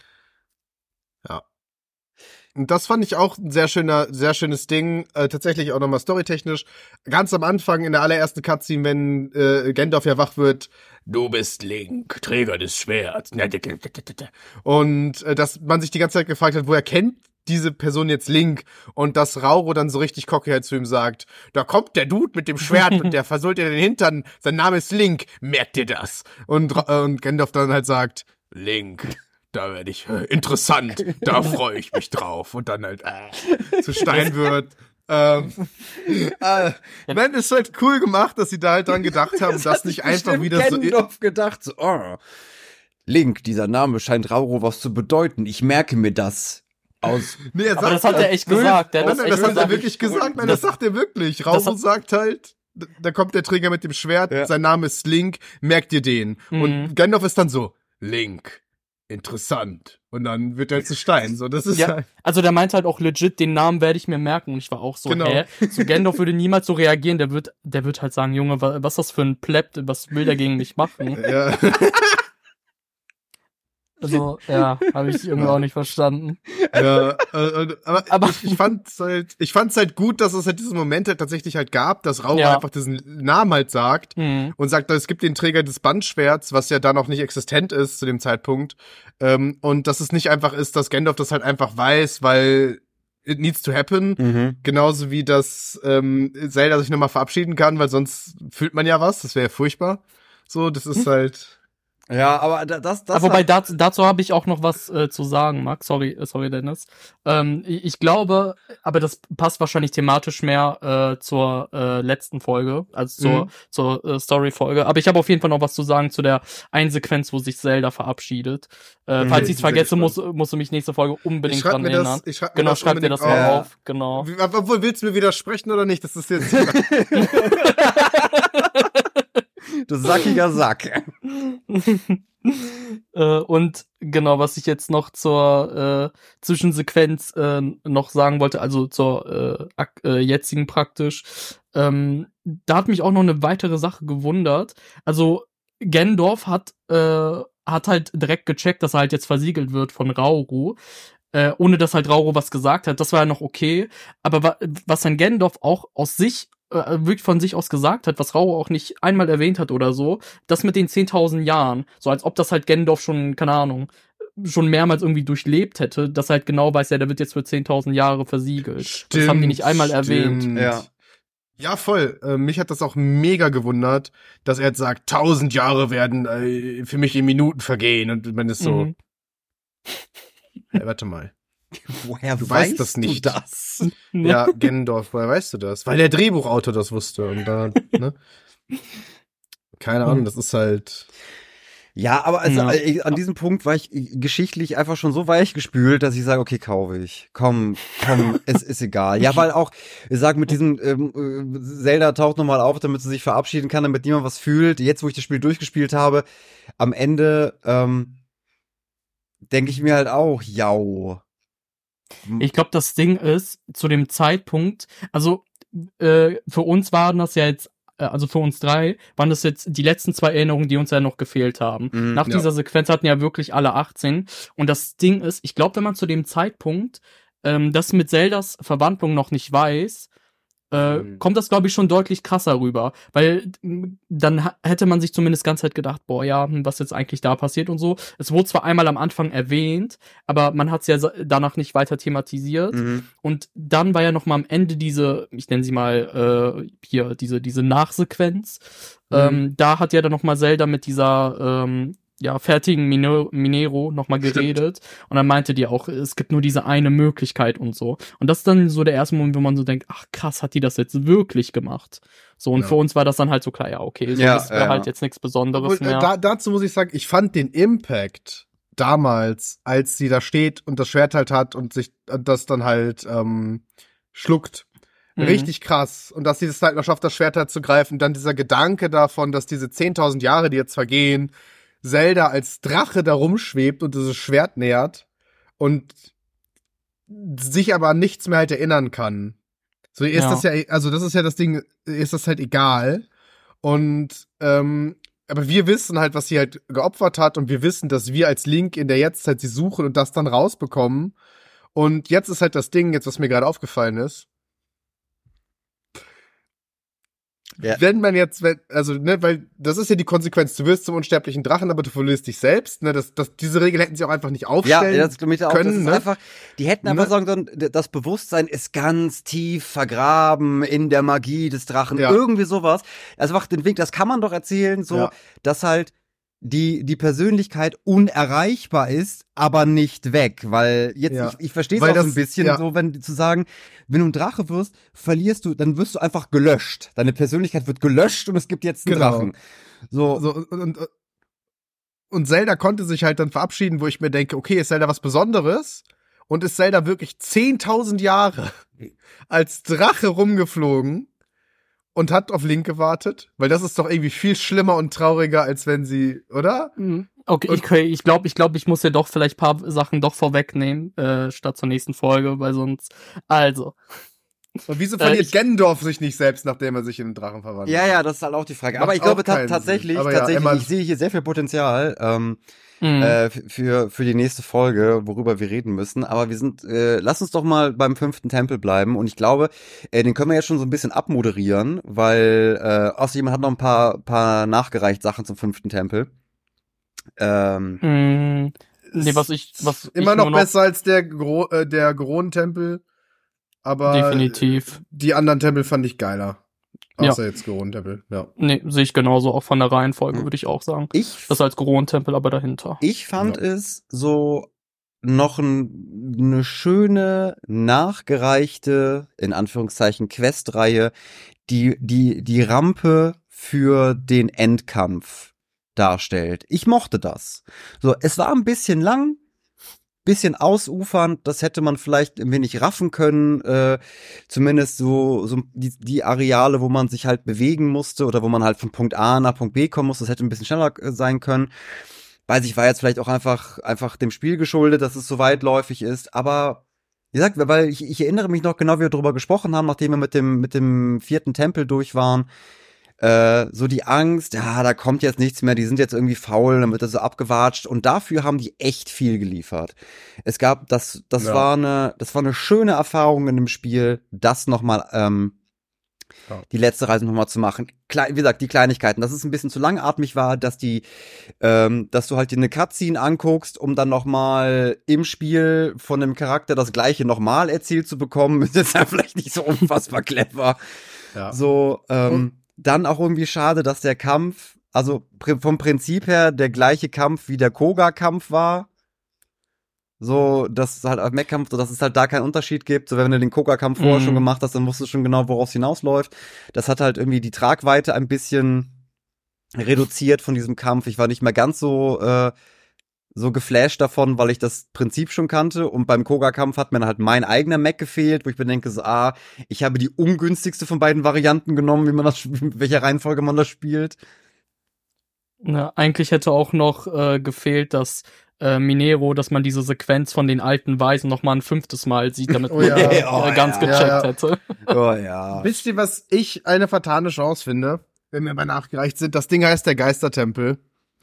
S3: Und das fand ich auch ein sehr schöner, sehr schönes Ding. Äh, tatsächlich auch nochmal storytechnisch. Ganz am Anfang in der allerersten Cutscene, wenn äh, Gendorf ja wach wird, du bist Link, Träger des Schwerts. Und äh, dass man sich die ganze Zeit gefragt hat, woher kennt diese Person jetzt Link? Und dass Rauro dann so richtig cocky halt zu ihm sagt, da kommt der Dude mit dem Schwert und der versohlt dir den Hintern. Sein Name ist Link, merkt dir das? Und, Ra- äh, und Gendorf dann halt sagt, Link. Da werde ich, äh, interessant, da freue ich mich drauf. Und dann halt äh, zu Stein wird. Ähm, äh, nein, ist halt cool gemacht, dass sie da halt dran gedacht haben,
S4: Das
S3: dass
S4: hat
S3: nicht
S4: sich
S3: einfach
S4: bestimmt
S3: wieder so...
S4: Gendorf gedacht, so, oh, Link, dieser Name scheint Rauro was zu bedeuten. Ich merke mir das aus.
S3: Nee, er
S1: Aber das hat er echt gesagt. Der hat
S3: Nein,
S1: das
S3: nein,
S1: echt
S3: das hat er
S1: gesagt.
S3: wirklich gesagt. Nein, das sagt er wirklich. Rauro
S1: hat-
S3: sagt halt, d- da kommt der Träger mit dem Schwert,
S4: Ja.
S3: sein Name ist Link, merkt ihr den.
S1: Mhm.
S3: Und Gandalf ist dann so, Link. interessant. Und dann wird er zu Stein. So, das ist
S1: Ja,
S3: halt.
S1: also der meint halt auch legit, den Namen werde ich mir merken. Und ich war auch so,
S3: Genau.
S1: hä? So Gandalf würde niemals so reagieren. Der wird, der wird halt sagen, Junge, wa- was ist das für ein Pleb? Was will der gegen mich machen?
S3: Ja.
S1: Also, ja, habe ich irgendwie auch nicht verstanden.
S3: Ja, äh, äh, aber,
S1: Aber-
S3: ich, ich fand's halt, ich fand's halt gut, dass es halt diesen Moment halt tatsächlich halt gab, dass Rauer
S1: Ja.
S3: einfach diesen Namen halt sagt
S1: Mhm.
S3: und sagt, es gibt den Träger des Bandschwerts, was ja da noch nicht existent ist zu dem Zeitpunkt, ähm, und dass es nicht einfach ist, dass Gandalf das halt einfach weiß, weil it needs to happen,
S4: Mhm.
S3: genauso wie dass ähm, Zelda sich nochmal verabschieden kann, weil sonst fühlt man ja was, das wäre ja furchtbar. So, das ist halt.
S4: Ja, aber da- das, das
S1: Aber wobei
S4: hat-
S1: dazu, dazu habe ich auch noch was äh, zu sagen, Max. Sorry, äh, sorry, Dennis. Ähm, ich, ich glaube, aber das passt wahrscheinlich thematisch mehr äh, zur äh, letzten Folge, also zur,
S3: Mhm.
S1: zur äh, Story-Folge. Aber ich habe auf jeden Fall noch was zu sagen zu der einen Sequenz, wo sich Zelda verabschiedet. Äh,
S4: Mhm.
S1: falls
S3: Ich
S1: ich es
S3: bin sehr
S1: vergesse, muss,
S3: gespannt.
S1: musst du mich nächste Folge
S3: Ich
S1: unbedingt
S3: schreib
S1: dran
S3: mir
S1: erinnern.
S3: das, ich schreib mir
S1: Genau,
S3: das
S1: schreib dir
S3: unbedingt
S1: das mal
S3: auf.
S1: auf. Genau.
S3: Wie- Obwohl, willst du mir widersprechen oder nicht? Das ist jetzt.
S4: du sackiger Sack.
S1: äh, und genau, was ich jetzt noch zur äh, Zwischensequenz äh, noch sagen wollte, also zur äh, ak äh, jetzigen praktisch, ähm, da hat mich auch noch eine weitere Sache gewundert. Also Gandalf hat äh, hat halt direkt gecheckt, dass er halt jetzt versiegelt wird von Rauru, äh, ohne dass halt Rauru was gesagt hat. Das war ja noch okay. Aber wa was dann Gandalf auch aus sich äh, wirklich von sich aus gesagt hat, was Rauru auch nicht einmal erwähnt hat oder so, das mit den zehntausend Jahren, so als ob das halt Gandalf schon, keine Ahnung, schon mehrmals irgendwie durchlebt hätte, dass er halt genau weiß, ja, der wird jetzt für zehntausend Jahre versiegelt. das haben die nicht einmal erwähnt.
S3: stimmt.
S4: Ja.
S3: Ja, voll. Äh, mich hat das auch mega gewundert, dass er jetzt sagt, tausend Jahre werden äh, für mich in Minuten vergehen. Und man ist so,
S1: Mhm.
S3: hey, warte mal.
S4: Woher
S3: Du
S4: weißt
S3: weißt das
S4: du
S3: nicht.
S4: das?
S3: Ja, Gendorf, woher weißt du das? Weil der Drehbuchautor das wusste. Und da, ne? Keine Ahnung, das ist halt.
S4: Ja, aber also,
S1: Ja.
S4: äh, an diesem Punkt war ich geschichtlich einfach schon so weich gespült, dass ich sage, okay, kaufe ich. Komm, komm, es ist egal. Ja, weil auch, wir sagen, mit diesem ähm, äh, Zelda taucht nochmal auf, damit sie sich verabschieden kann, damit niemand was fühlt. Jetzt, wo ich das Spiel durchgespielt habe, am Ende ähm, denke ich mir halt auch, jau.
S1: Ich glaube, das Ding ist, zu dem Zeitpunkt, also äh, für uns waren das ja jetzt, äh, also für uns drei, waren das jetzt die letzten zwei Erinnerungen, die uns ja noch gefehlt haben.
S4: Mhm,
S1: Nach
S3: ja.
S1: dieser Sequenz hatten ja wirklich alle achtzehn. Und das Ding ist, ich glaube, wenn man zu dem Zeitpunkt ähm, das mit Zeldas Verwandlung noch nicht weiß, äh,
S3: Mhm.
S1: kommt das, glaube ich, schon deutlich krasser rüber. Weil m, dann ha- hätte man sich zumindest ganz halt gedacht, boah, ja, hm, was jetzt eigentlich da passiert und so. Es wurde zwar einmal am Anfang erwähnt, aber man hat es ja sa- danach nicht weiter thematisiert.
S4: Mhm.
S1: Und dann war ja noch mal am Ende diese, ich nenne sie mal äh, hier, diese diese Nachsequenz.
S3: Mhm.
S1: Ähm, da hat ja dann noch mal Zelda mit dieser ähm, ja, fertigen Mine Minero noch mal
S3: Stimmt.
S1: geredet. Und dann meinte die auch, es gibt nur diese eine Möglichkeit und so. Und das ist dann so der erste Moment, wo man so denkt, ach krass, hat die das jetzt wirklich gemacht? So, und
S3: Ja.
S1: für uns war das dann halt so klar, ja, okay, so
S4: Ja,
S1: das wäre
S4: ja.
S1: halt jetzt nichts Besonderes
S3: Obwohl, äh,
S1: mehr.
S3: da, dazu muss ich sagen, ich fand den Impact damals, als sie da steht und das Schwert halt hat und sich und das dann halt ähm, schluckt,
S1: Mhm.
S3: richtig krass. Und dass sie das halt noch schafft, das Schwert halt zu greifen. Dann dieser Gedanke davon, dass diese zehntausend Jahre, die jetzt vergehen, Zelda als Drache da rumschwebt und dieses Schwert nähert und sich aber an nichts mehr halt erinnern kann. So ihr ist
S1: Ja.
S3: das ja, also das ist ja das Ding, ihr ist das halt egal. Und ähm, aber wir wissen halt, was sie halt geopfert hat und wir wissen, dass wir als Link in der Jetztzeit sie suchen und das dann rausbekommen. Und jetzt ist halt das Ding, jetzt was mir gerade aufgefallen ist.
S4: Ja.
S3: Wenn man jetzt, wenn- also, ne, weil das ist ja die Konsequenz, du wirst zum unsterblichen Drachen, aber du verlierst dich selbst, ne, das, das, diese Regel hätten sie auch einfach nicht
S4: Ja,
S3: aufstellen
S4: das glaube ich auch.
S3: können,
S4: das ist
S3: ne?
S4: einfach, die hätten einfach
S3: Ne?
S4: sagen sollen, das Bewusstsein ist ganz tief vergraben in der Magie des Drachen.
S3: Ja.
S4: Irgendwie sowas. Also macht den Weg, das kann man doch erzählen, so,
S3: Ja.
S4: dass halt die, die Persönlichkeit unerreichbar ist, aber nicht weg. Weil jetzt,
S3: Ja.
S4: ich, ich verstehe es
S3: Weil
S4: auch so
S3: das-
S4: ein bisschen
S3: ja.
S4: so, wenn zu sagen, wenn du ein Drache wirst, verlierst du, dann wirst du einfach gelöscht. Deine Persönlichkeit wird gelöscht und es gibt jetzt einen
S3: Genau.
S4: Drachen. So,
S3: So, und, und, und Zelda konnte sich halt dann verabschieden, wo ich mir denke, okay, ist Zelda was Besonderes? Und ist Zelda wirklich zehntausend Jahre als Drache rumgeflogen? und hat auf Link gewartet, weil das ist doch irgendwie viel schlimmer und trauriger, als wenn sie, oder?
S1: Okay,
S3: Und-
S1: ich glaube, ich, glaub, ich, glaub, ich muss ja doch vielleicht paar Sachen doch vorwegnehmen, äh, statt zur nächsten Folge, weil sonst, also.
S3: Und wieso
S1: Äh,
S3: verliert
S1: ich-
S3: Gendorf sich nicht selbst, nachdem er sich in einen Drachen verwandelt?
S4: Ja, ja, das ist halt auch die Frage.
S3: Macht
S4: Aber ich
S3: auch
S4: glaube ta-
S3: keinen
S4: tatsächlich,
S3: Sinn. Aber ja,
S4: tatsächlich,
S3: Emma-
S4: ich sehe hier sehr viel Potenzial ähm,
S1: Mhm.
S4: äh, f- für für die nächste Folge, worüber wir reden müssen. Aber wir sind, äh, lass uns doch mal beim fünften Tempel bleiben. Und ich glaube, äh, den können wir jetzt schon so ein bisschen abmoderieren, weil äh, außer jemand hat noch ein paar paar nachgereicht Sachen zum fünften Tempel. Ähm,
S1: Mhm. Nee, was ich, was
S3: Immer
S1: ich
S3: noch,
S1: nur noch
S3: besser als der Gro äh, der Goron-Tempel, aber
S1: definitiv.
S3: die anderen Tempel fand ich geiler.
S1: Ja.
S3: Außer jetzt Goron-Tempel, ja.
S1: Nee, sehe ich genauso, auch von der Reihenfolge,
S4: Mhm.
S1: würde ich auch sagen.
S4: ich
S1: Das als Goron-Tempel, aber dahinter.
S4: Ich fand
S3: Ja.
S4: es so noch ein, eine schöne, nachgereichte, in Anführungszeichen, Questreihe, die, die, die Rampe für den Endkampf darstellt. Ich mochte das. So, es war ein bisschen lang, bisschen ausufernd, das hätte man vielleicht ein wenig raffen können, äh, zumindest so, so die, die Areale, wo man sich halt bewegen musste oder wo man halt von Punkt A nach Punkt B kommen musste, das hätte ein bisschen schneller äh, sein können. Weiß ich, war jetzt vielleicht auch einfach, einfach dem Spiel geschuldet, dass es so weitläufig ist, aber wie gesagt, weil ich, ich erinnere mich noch genau, wie wir darüber gesprochen haben, nachdem wir mit dem, mit dem vierten Tempel durch waren, äh, so die Angst, ja, da kommt jetzt nichts mehr, die sind jetzt irgendwie faul, dann wird das so abgewatscht und dafür haben die echt viel geliefert. Es gab, das, das
S3: Ja.
S4: war eine, das war eine schöne Erfahrung in dem Spiel, das nochmal, ähm,
S3: Ja.
S4: die letzte Reise nochmal zu machen. Kle- wie gesagt, die Kleinigkeiten, dass es ein bisschen zu langatmig war, dass die, ähm, dass du halt dir eine Cutscene anguckst, um dann nochmal im Spiel von dem Charakter das Gleiche nochmal erzählt zu bekommen, ist jetzt ja vielleicht nicht so unfassbar clever.
S3: Ja.
S4: So, ähm, dann auch irgendwie schade, dass der Kampf, also pr- vom Prinzip her der gleiche Kampf wie der Koga-Kampf war. So, dass es halt auf Mech-Kampf, so dass es halt da keinen Unterschied gibt. So, wenn du den Koga-Kampf vorher
S1: Mhm.
S4: schon gemacht hast, dann wusstest du schon genau, woraus es hinausläuft. Das hat halt irgendwie die Tragweite ein bisschen reduziert von diesem Kampf. Ich war nicht mehr ganz so, äh, so geflasht davon, weil ich das Prinzip schon kannte. Und beim Koga-Kampf hat mir dann halt mein eigener Mech gefehlt, wo ich mir denke, so, ah, ich habe die ungünstigste von beiden Varianten genommen, wie man das, in welcher Reihenfolge man das spielt.
S1: Ja, eigentlich hätte auch noch äh, gefehlt, dass äh, Minero, dass man diese Sequenz von den alten Weisen noch mal ein fünftes Mal sieht, damit
S3: Oh
S1: man
S3: ja.
S1: äh,
S4: Oh
S1: ganz
S4: ja.
S1: gecheckt
S3: Ja, ja.
S1: hätte.
S4: Oh ja.
S3: Wisst ihr, was ich eine vertane Chance finde, wenn wir mal nachgereicht sind? Das Ding heißt der Geistertempel.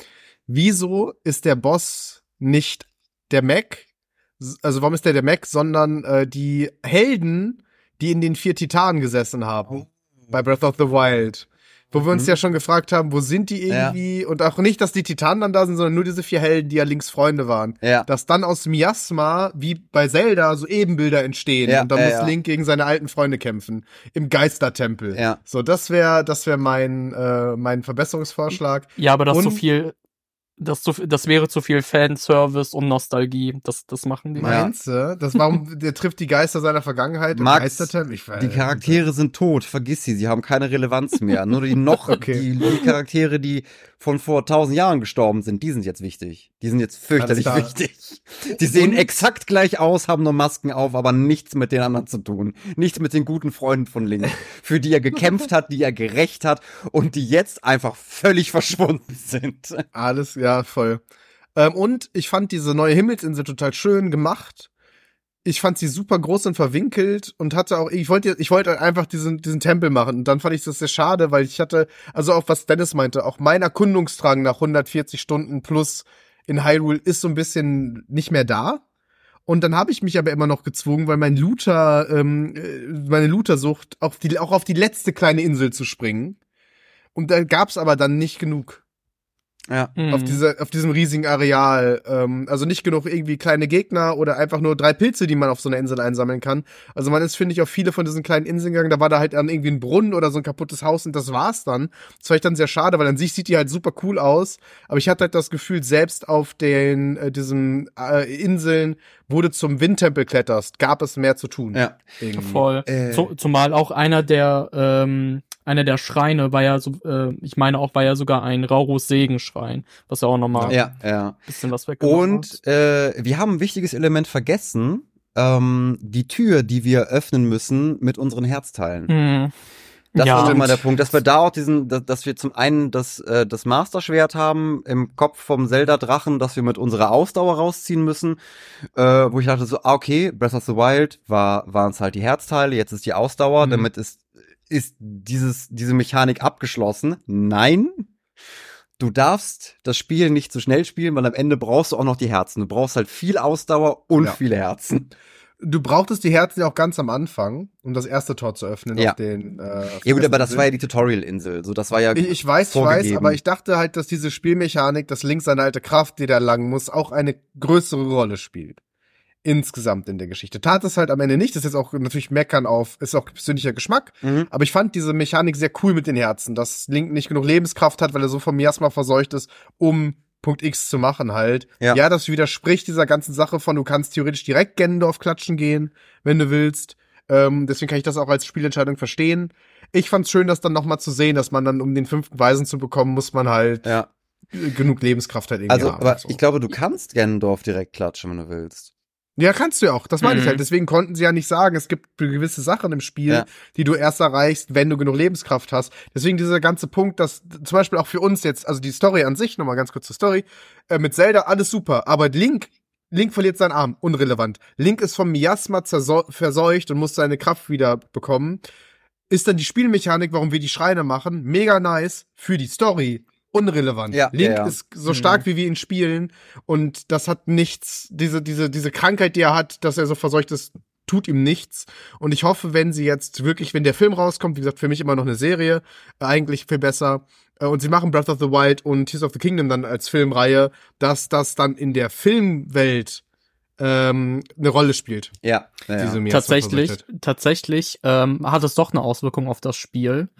S3: Wieso ist der Boss nicht der Mech? Also warum ist der der Mech, sondern äh, die Helden, die in den vier Titanen gesessen haben bei Breath of the Wild. Wo wir uns
S4: Mhm.
S3: ja schon gefragt haben, wo sind die irgendwie? Und auch nicht, dass die Titanen dann da sind, sondern nur diese vier Helden, die ja links Freunde waren.
S4: Ja.
S3: Dass dann aus Miasma, wie bei Zelda, so Ebenbilder entstehen.
S4: Ja,
S3: und dann
S4: ja,
S3: muss
S4: ja.
S3: Link gegen seine alten Freunde kämpfen. Im Geistertempel.
S4: Ja.
S3: So, das wäre das wär mein, äh, mein Verbesserungsvorschlag.
S1: Ja, aber das ist
S3: Und-
S1: zu viel, das, zu, das wäre zu viel Fanservice und Nostalgie. Das, das machen die.
S4: Ja.
S3: Meinst du? Das, warum, der trifft die Geister seiner Vergangenheit im
S4: Max,
S3: Geistertempel? Ich weiß
S4: Die Charaktere sind tot, vergiss sie, sie haben keine Relevanz mehr. Nur die noch,
S3: Okay.
S4: die, die Charaktere, die von vor tausend Jahren gestorben sind, die sind jetzt wichtig. Die sind jetzt fürchterlich
S3: Alles klar.
S4: wichtig. Die sehen
S3: Und-
S4: exakt gleich aus, haben nur Masken auf, aber nichts mit den anderen zu tun. Nichts mit den guten Freunden von Link, für die er gekämpft hat, die er gerecht hat und die jetzt einfach völlig verschwunden sind.
S3: Alles, ja, voll. Ähm, und ich fand diese neue Himmelsinsel total schön gemacht. Ich fand sie super groß und verwinkelt und hatte auch, ich wollte, ich wollte einfach diesen, diesen Tempel machen. Und dann fand ich das sehr schade, weil ich hatte, also auch was Dennis meinte, auch mein Erkundungsdrang nach hundertvierzig Stunden plus in Hyrule ist so ein bisschen nicht mehr da. Und dann habe ich mich aber immer noch gezwungen, weil mein Looter, ähm, äh, meine Lootersucht, auf die, auch auf die letzte kleine Insel zu springen. Und da gab's aber dann nicht genug.
S4: Ja.
S1: Mhm.
S3: Auf, diese, auf diesem riesigen Areal. Ähm, also nicht genug irgendwie kleine Gegner oder einfach nur drei Pilze, die man auf so einer Insel einsammeln kann. Also man ist, finde ich, auf viele von diesen kleinen Inseln gegangen. Da war da halt dann irgendwie ein Brunnen oder so ein kaputtes Haus und das war's dann. Das war ich dann sehr schade, weil an sich sieht die halt super cool aus. Aber ich hatte halt das Gefühl, selbst auf den äh, diesen äh, Inseln, wo du zum Windtempel kletterst, gab es mehr zu tun.
S4: Ja.
S3: Irgendwie.
S1: Voll.
S4: Äh.
S1: Zu, zumal auch einer der, ähm, einer der Schreine war ja so, äh, ich meine auch, war ja sogar ein Raurus Segenschrein, was ja auch nochmal
S4: Ja, ja.
S1: ein bisschen was weggenommen
S4: Und äh, wir haben ein wichtiges Element vergessen. Ähm, die Tür, die wir öffnen müssen mit unseren Herzteilen.
S1: hat. Mhm.
S4: Das
S1: Ja,
S4: war immer
S1: und-
S4: der Punkt, dass wir da auch diesen, dass, dass wir zum einen das, äh, das Master-Schwert haben im Kopf vom Zelda-Drachen, dass wir mit unserer Ausdauer rausziehen müssen, äh, wo ich dachte so, ah, okay, Breath of the Wild war, waren es halt die Herzteile, jetzt ist die Ausdauer,
S3: Mhm.
S4: damit ist, ist dieses, diese Mechanik abgeschlossen. Nein, du darfst das Spiel nicht zu schnell spielen, weil am Ende brauchst du auch noch die Herzen. Du brauchst halt viel Ausdauer und
S3: Ja.
S4: viele Herzen.
S3: Du brauchtest die Herzen ja auch ganz am Anfang, um das erste Tor zu öffnen.
S4: Ja.
S3: Auf den, äh, auf
S4: Ja gut,
S3: der
S4: aber das
S3: ersten
S4: war ja die Tutorial-Insel, so das war ja
S3: Ich, ich weiß, ich weiß,
S4: vorgegeben.
S3: aber ich dachte halt, dass diese Spielmechanik, dass Link seine alte Kraft, die er erlangen muss, auch eine größere Rolle spielt. Insgesamt in der Geschichte. Tat es halt am Ende nicht. Das ist jetzt auch natürlich meckern auf, ist auch persönlicher Geschmack.
S4: Mhm.
S3: Aber ich fand diese Mechanik sehr cool mit den Herzen, dass Link nicht genug Lebenskraft hat, weil er so vom Miasma verseucht ist, um Punkt X zu machen halt.
S4: Ja.
S3: Ja, das widerspricht dieser ganzen Sache von, du kannst theoretisch direkt Ganondorf klatschen gehen, wenn du willst. Ähm, deswegen kann ich das auch als Spielentscheidung verstehen. Ich fand's schön, das dann noch mal zu sehen, dass man dann, um den fünften Weisen zu bekommen, muss man halt
S4: Ja.
S3: äh, genug Lebenskraft halt irgendwie
S4: Also,
S3: haben.
S4: aber
S3: so.
S4: ich glaube, du kannst Ganondorf direkt klatschen, wenn du willst.
S3: Ja, kannst du ja auch. Das meine ich
S1: Mhm.
S3: halt. Deswegen konnten sie ja nicht sagen, es gibt gewisse Sachen im Spiel,
S4: Ja.
S3: die du erst erreichst, wenn du genug Lebenskraft hast. Deswegen dieser ganze Punkt, dass zum Beispiel auch für uns jetzt, also die Story an sich, nochmal ganz kurz zur Story, äh, mit Zelda alles super, aber Link, Link verliert seinen Arm, unrelevant. Link ist vom Miasma zerseu- verseucht und muss seine Kraft wieder bekommen. Ist dann die Spielmechanik, warum wir die Schreine machen, mega nice für die Story. Unrelevant.
S4: Ja,
S3: Link
S4: ja, ja.
S3: ist so stark, wie wir ihn spielen. Und das hat nichts, diese, diese, diese Krankheit, die er hat, dass er so verseucht ist, tut ihm nichts. Und ich hoffe, wenn sie jetzt wirklich, wenn der Film rauskommt, wie gesagt, für mich immer noch eine Serie, äh, eigentlich viel besser, äh, und sie machen Breath of the Wild und Tears of the Kingdom dann als Filmreihe, dass das dann in der Filmwelt ähm, eine Rolle spielt.
S4: Ja. ja, ja.
S3: Diese Miasma
S1: Tatsächlich,
S3: Verseuchtheit.
S1: tatsächlich ähm, hat es doch eine Auswirkung auf das Spiel.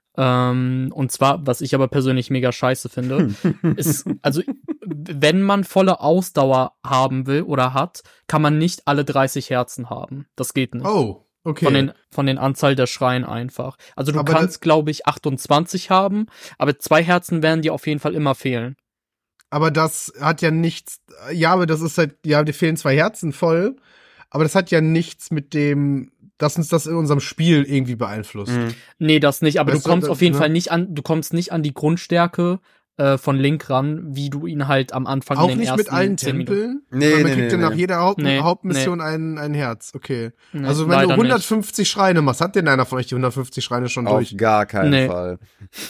S1: Ähm, und zwar, was ich aber persönlich mega scheiße finde, ist, also, wenn man volle Ausdauer haben will oder hat, kann man nicht alle dreißig Herzen haben. Das geht nicht.
S3: Oh, okay.
S1: Von den, von den Anzahl der Schreien einfach. Also du
S3: Aber
S1: kannst, glaube ich, achtundzwanzig haben, aber zwei Herzen werden dir auf jeden Fall immer fehlen.
S3: Aber das hat ja nichts, ja, aber das ist halt, ja, dir fehlen zwei Herzen voll, aber das hat ja nichts mit dem, dass uns das in unserem Spiel irgendwie beeinflusst.
S4: Mhm.
S1: Nee, das nicht, aber
S3: Weißt
S1: du
S3: du,
S1: kommst
S3: das-
S1: auf jeden
S3: ne?
S1: Fall nicht an, du kommst nicht an die Grundstärke äh, von Link ran, wie du ihn halt am Anfang
S3: Auch
S1: in den
S3: nicht
S1: ersten
S3: mit allen
S1: zehn Minuten.
S3: Tempeln?
S4: Nee,
S3: Weil man
S4: nee,
S3: kriegt
S4: nee,
S3: ja nach
S4: nee.
S3: jeder Haupt
S1: Nee,
S3: Hauptmission ein, ein Herz, okay.
S1: Nee,
S3: Also wenn
S1: leider
S3: du hundertfünfzig Schreine machst, hat denn einer von euch die hundertfünfzig Schreine schon
S4: Auf
S3: durch?
S4: gar keinen
S1: Nee.
S4: Fall.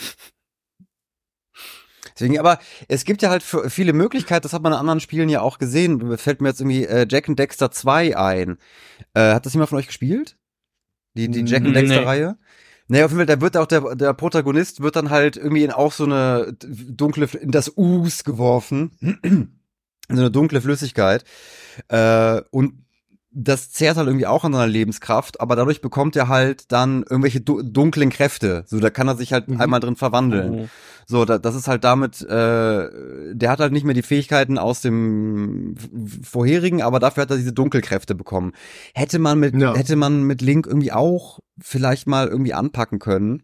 S4: Deswegen, aber es gibt ja halt für viele Möglichkeiten, das hat man in anderen Spielen ja auch gesehen. Fällt mir jetzt irgendwie äh, Jack and Dexter zwei ein. Äh, hat das jemand von euch gespielt? Die, die Jack and
S1: Nee.
S4: Dexter-Reihe? Naja, auf jeden Fall, da wird auch der, der Protagonist wird dann halt irgendwie in auch so eine dunkle, in das Us geworfen. In so eine dunkle Flüssigkeit. Äh, und das zehrt halt irgendwie auch an seiner Lebenskraft, aber dadurch bekommt er halt dann irgendwelche du dunklen Kräfte. So, da kann er sich halt
S3: Mhm.
S4: einmal drin verwandeln.
S1: Oh.
S4: So, da, das ist halt damit, äh, der hat halt nicht mehr die Fähigkeiten aus dem vorherigen, aber dafür hat er diese Dunkelkräfte bekommen. Hätte man mit,
S3: Ja.
S4: hätte man mit Link irgendwie auch vielleicht mal irgendwie anpacken können.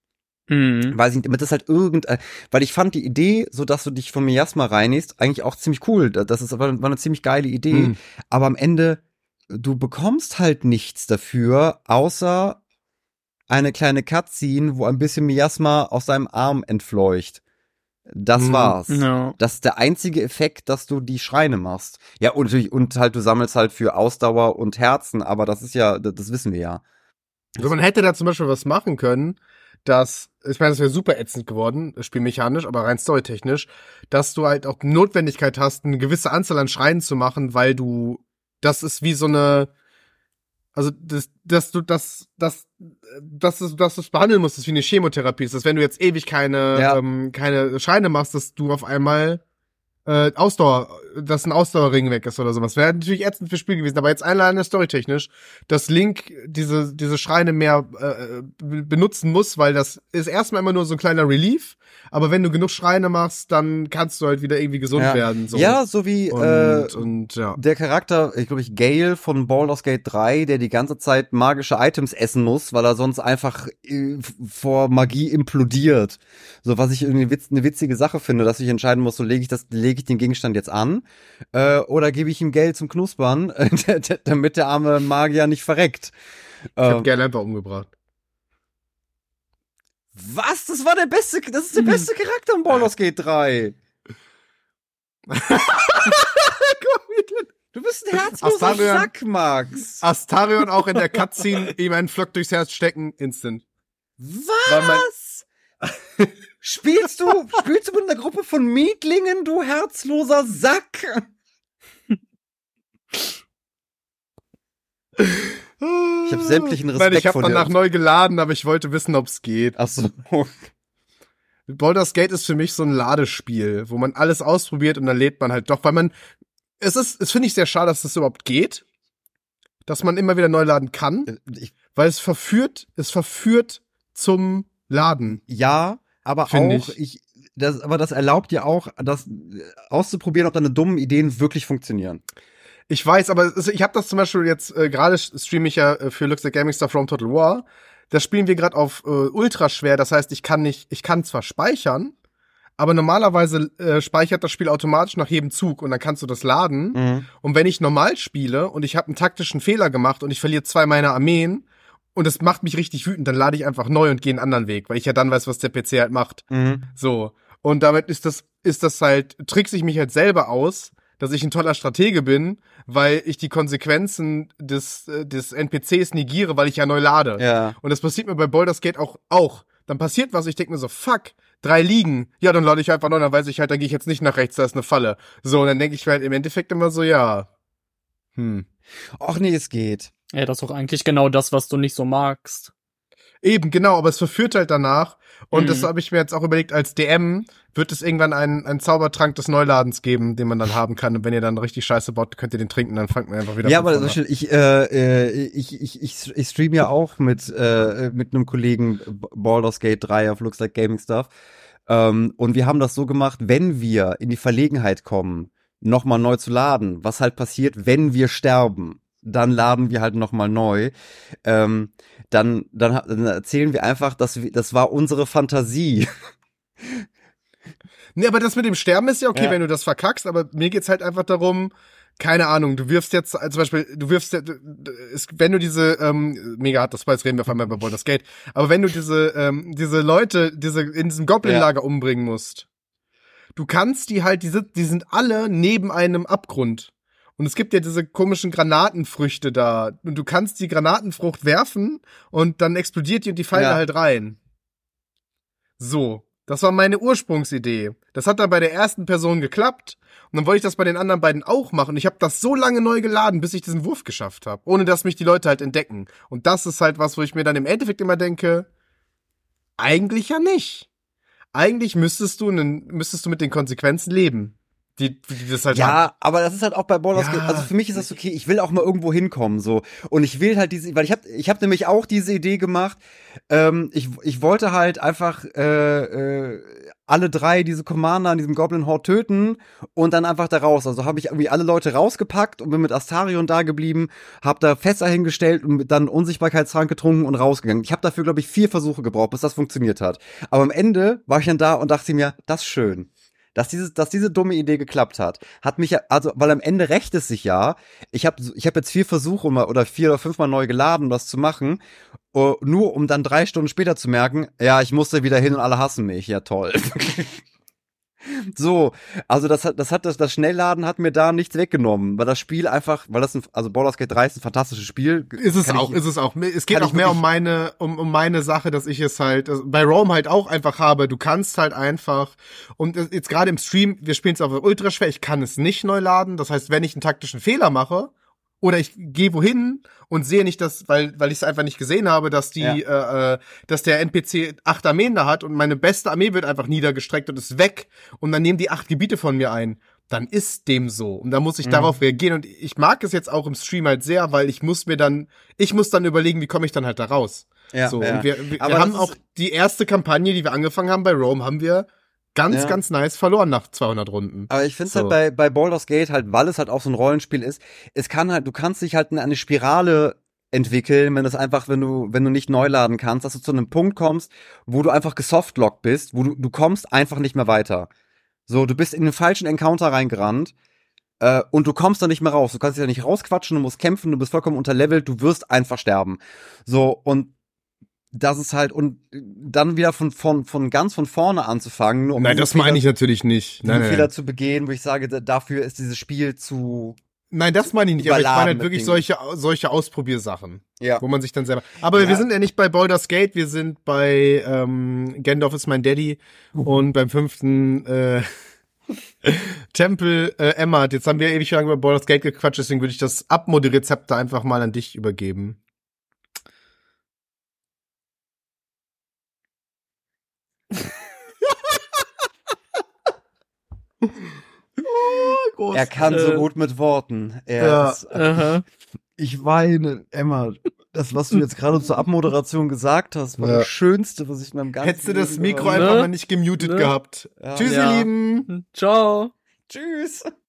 S1: Mhm.
S4: Weiß ich nicht, damit das halt irgend, äh, weil ich fand die Idee, so dass du dich von Miasma reinigst, eigentlich auch ziemlich cool. Das ist aber war eine ziemlich geile Idee.
S3: Mhm.
S4: Aber am Ende, du bekommst halt nichts dafür, außer eine kleine Cutscene, wo ein bisschen Miasma aus deinem Arm entfleucht. Das
S3: Mhm.
S4: war's.
S1: Ja.
S4: Das ist der einzige Effekt, dass du die Schreine machst. Ja, und natürlich, und halt, du sammelst halt für Ausdauer und Herzen, aber das ist ja, das, das wissen wir ja.
S3: Also man hätte da zum Beispiel was machen können, dass, ich meine, das wäre super ätzend geworden, spielmechanisch, aber rein storytechnisch, dass du halt auch Notwendigkeit hast, eine gewisse Anzahl an Schreinen zu machen, weil du, das ist wie so eine, also, das, dass du das, das, dass du, dass du es behandeln musst, das ist wie eine Chemotherapie. Das ist, wenn du jetzt ewig keine,
S4: Ja.
S3: ähm, keine Schreine machst, dass du auf einmal äh, Ausdauer, dass ein Ausdauerring weg ist oder sowas. Wäre natürlich ätzend fürs Spiel gewesen, aber jetzt alleine storytechnisch, dass Link diese, diese Schreine mehr äh, b- benutzen muss, weil das ist erstmal immer nur so ein kleiner Relief, aber wenn du genug Schreine machst, dann kannst du halt wieder irgendwie gesund
S4: Ja.
S3: werden. So.
S4: Ja, so wie,
S3: und,
S4: äh,
S3: und ja.
S4: der Charakter, ich glaube ich, Gale von Baldur's Gate drei, der die ganze Zeit magische Items essen muss, weil er sonst einfach äh, vor Magie implodiert. So, was ich irgendwie witz, eine witzige Sache finde, dass ich entscheiden muss, so lege ich das, lege ich den Gegenstand jetzt an, äh, oder gebe ich ihm Geld zum Knuspern, damit der arme Magier nicht verreckt.
S3: Ich hab
S4: Ähm,
S3: gerne einfach umgebracht.
S4: Was? Das war der beste, das ist der beste Charakter in Baldur's Gate drei. Du bist ein herzloser
S3: Astarion.
S4: Sack, Max.
S3: Astarion auch in der Cutscene ihm einen Flock durchs Herz stecken, instant. Weil man-
S4: Was? Spielst du, spielst du mit einer Gruppe von Mietlingen, du herzloser Sack? Ich hab sämtlichen Respekt
S3: Nein, ich hab
S4: vor dir.
S3: danach neu geladen, aber ich wollte wissen, ob's geht.
S4: Ach so.
S3: Baldur's Gate ist für mich so ein Ladespiel, wo man alles ausprobiert und dann lädt man halt doch, weil man, es ist, es finde ich sehr schade, dass das überhaupt geht, dass man immer wieder neu laden kann,
S4: Ich,
S3: weil es verführt, es verführt zum Laden.
S4: ja, aber
S3: Find
S4: auch,
S3: ich.
S4: ich, das, aber das erlaubt dir auch, das auszuprobieren, ob deine dummen Ideen wirklich funktionieren.
S3: Ich weiß, aber es- ich habe das zum Beispiel jetzt, äh, gerade streame ich ja äh, für Lux the Gaming Star from Total War. Das spielen wir gerade auf äh, ultra schwer. Das heißt, ich kann nicht, ich kann zwar speichern, aber normalerweise äh, speichert das Spiel automatisch nach jedem Zug und dann kannst du das laden.
S4: Mhm.
S3: Und wenn ich normal spiele und ich habe einen taktischen Fehler gemacht und ich verliere zwei meiner Armeen und das macht mich richtig wütend, dann lade ich einfach neu und gehe einen anderen Weg, weil ich ja dann weiß, was der P C halt macht.
S4: Mhm.
S3: So. Und damit ist das, ist das halt, trickse ich mich halt selber aus, dass ich ein toller Stratege bin, weil ich die Konsequenzen des, äh, des N P Cs negiere, weil ich ja neu lade.
S4: Ja.
S3: Und das passiert mir bei Baldur's Gate auch, auch. Dann passiert was, ich denke mir so, fuck, drei liegen. Ja, dann lade ich einfach neu, dann weiß ich halt, dann gehe ich jetzt nicht nach rechts, da ist eine Falle. So, und dann denke ich mir halt im Endeffekt immer so, ja. Hm.
S4: Och nee, es geht.
S1: Ja, das ist doch eigentlich genau das, was du nicht so magst.
S3: Eben, genau, aber es verführt halt danach. Und
S1: Mhm.
S3: das habe ich mir jetzt auch überlegt, als D M wird es irgendwann einen, einen Zaubertrank des Neuladens geben, den man dann haben kann. Und wenn ihr dann richtig Scheiße baut, könnt ihr den trinken, dann fangt man einfach wieder
S4: Ja,
S3: von
S4: aber
S3: vorne
S4: zum Beispiel, ich, äh, äh, ich, ich, ich, ich stream ja auch mit, äh, mit einem Kollegen Baldur's Gate drei auf Looks Like Gaming Stuff. Ähm, und wir haben das so gemacht, wenn wir in die Verlegenheit kommen, nochmal neu zu laden, was halt passiert, wenn wir sterben, dann laden wir halt nochmal neu. Ähm, dann, dann, dann erzählen wir einfach, dass wir, das war unsere Fantasie.
S3: Nee, aber das mit dem Sterben ist ja okay,
S4: Ja.
S3: wenn du das verkackst, aber mir geht's halt einfach darum, keine Ahnung, du wirfst jetzt, äh, zum Beispiel, du wirfst, ja- du- du- es- wenn du diese, ähm, mega hart, das war, jetzt reden wir auf einmal über Baldur's Gate, aber wenn du diese, ähm, diese Leute, diese, in diesem Goblin-Lager umbringen musst, du kannst die halt, die sind, die sind alle neben einem Abgrund. Und es gibt ja diese komischen Granatenfrüchte da. Und du kannst die Granatenfrucht werfen und dann explodiert die und die fallen
S4: Ja.
S3: da halt rein. So. Das war meine Ursprungsidee. Das hat dann bei der ersten Person geklappt. Und dann wollte ich das bei den anderen beiden auch machen. Ich habe das so lange neu geladen, bis ich diesen Wurf geschafft habe. Ohne dass mich die Leute halt entdecken. Und das ist halt was, wo ich mir dann im Endeffekt immer denke, eigentlich ja nicht. Eigentlich müsstest du, nen- müsstest du mit den Konsequenzen leben. Die, die das halt haben.
S4: Ja, aber das ist halt auch bei Baldur's
S3: Ja.
S4: Gate, also für mich ist das okay, ich will auch mal irgendwo hinkommen, so. Und ich will halt diese, weil ich habe ich hab nämlich auch diese Idee gemacht, ähm, ich, ich wollte halt einfach äh, äh, alle drei diese Commander in diesem Goblin Horde töten und dann einfach da raus. Also habe ich irgendwie alle Leute rausgepackt und bin mit Astarion da geblieben, habe da Fässer hingestellt und dann Unsichtbarkeitstrank getrunken und rausgegangen. Ich habe dafür, glaube ich, vier Versuche gebraucht, bis das funktioniert hat. Aber am Ende war ich dann da und dachte mir, das ist schön. Dass diese, dass diese dumme Idee geklappt hat, hat mich ja, also, weil am Ende rächt es sich ja. Ich habe ich hab jetzt vier Versuche mal, oder vier oder fünfmal neu geladen, um das zu machen, uh, nur um dann drei Stunden später zu merken, ja, ich musste wieder hin und alle hassen mich. Ja, toll. So, also das hat, das hat das, das Schnellladen hat mir da nichts weggenommen, weil das Spiel einfach, weil das ein, also Baldur's Gate drei ist ein fantastisches Spiel.
S3: Ist es
S4: Kann
S3: auch,
S4: ich,
S3: ist es auch. Es geht
S4: kann
S3: auch
S4: ich
S3: mehr um
S4: wirklich-
S3: meine, um, um meine Sache, dass ich es halt, also bei Rome halt auch einfach habe. Du kannst halt einfach, und es- jetzt gerade im Stream, wir spielen es auf ultra schwer, ich kann es nicht neu laden. Das heißt, wenn ich einen taktischen Fehler mache, oder ich gehe wohin und sehe nicht, dass, weil, weil ich es einfach nicht gesehen habe, dass die, äh, äh, dass der N P C acht Armeen da hat und meine beste Armee wird einfach niedergestreckt und ist weg und dann nehmen die acht Gebiete von mir ein. Dann ist dem so. Und da muss ich
S4: Mhm.
S3: darauf reagieren. Und ich mag es jetzt auch im Stream halt sehr, weil ich muss mir dann, ich muss dann überlegen, wie komme ich dann halt da raus.
S4: ja,
S3: so,
S4: ja.
S3: und wir, wir,
S4: Aber
S3: wir haben
S4: das
S3: auch
S4: ist-
S3: die erste Kampagne, die wir angefangen haben bei Rome, haben wir ganz,
S4: Ja.
S3: ganz nice verloren nach zweihundert Runden.
S4: Aber ich finde es
S3: So.
S4: halt bei, bei Baldur's Gate halt, weil es halt auch so ein Rollenspiel ist, es kann halt, du kannst dich halt in eine Spirale entwickeln, wenn es einfach, wenn du, wenn du nicht neu laden kannst, dass du zu einem Punkt kommst, wo du einfach gesoftlockt bist, wo du, du kommst einfach nicht mehr weiter. So, du bist in den falschen Encounter reingerannt, äh, und du kommst da nicht mehr raus. Du kannst dich da nicht rausquatschen, du musst kämpfen, du bist vollkommen unterlevelt, du wirst einfach sterben. So, und das ist halt, und dann wieder von, von, von ganz von vorne anzufangen. Nur um
S3: Nein,
S4: diesen
S3: das meine
S4: Fehler-
S3: ich natürlich nicht.
S4: diesen
S3: Nein, nein,
S4: Fehler
S3: nein.
S4: zu begehen, wo ich sage, da- dafür ist dieses Spiel zu,
S3: Nein, das meine ich nicht. Aber ich
S4: überladen
S3: meine halt
S4: mit
S3: wirklich
S4: Dingen.
S3: solche, solche Ausprobiersachen,
S4: ja.
S3: wo man sich dann selber. Aber
S4: Ja.
S3: wir sind ja nicht bei Baldur's Gate, wir sind bei ähm, Gandalf ist mein Daddy und beim fünften äh, Tempel äh, Emma. Jetzt haben wir ewig lang über Baldur's Gate gequatscht, deswegen würde ich das Abmoderirezept da einfach mal an dich übergeben. Groß.
S4: Er kann
S1: Äh,
S4: so gut mit Worten. Er
S3: Ja.
S4: ist,
S1: Aha.
S4: ich weine, Emma. Das, was du jetzt gerade zur Abmoderation gesagt hast, war
S3: Ja.
S4: das Schönste, was ich in meinem ganzen
S3: Hättest du das
S4: Leben
S3: Mikro
S4: gehört
S3: einfach
S1: Ne?
S3: mal nicht gemutet
S1: Ne?
S3: gehabt.
S4: Ja.
S3: Tschüss,
S1: Ja.
S3: ihr Lieben.
S1: Ciao.
S4: Tschüss.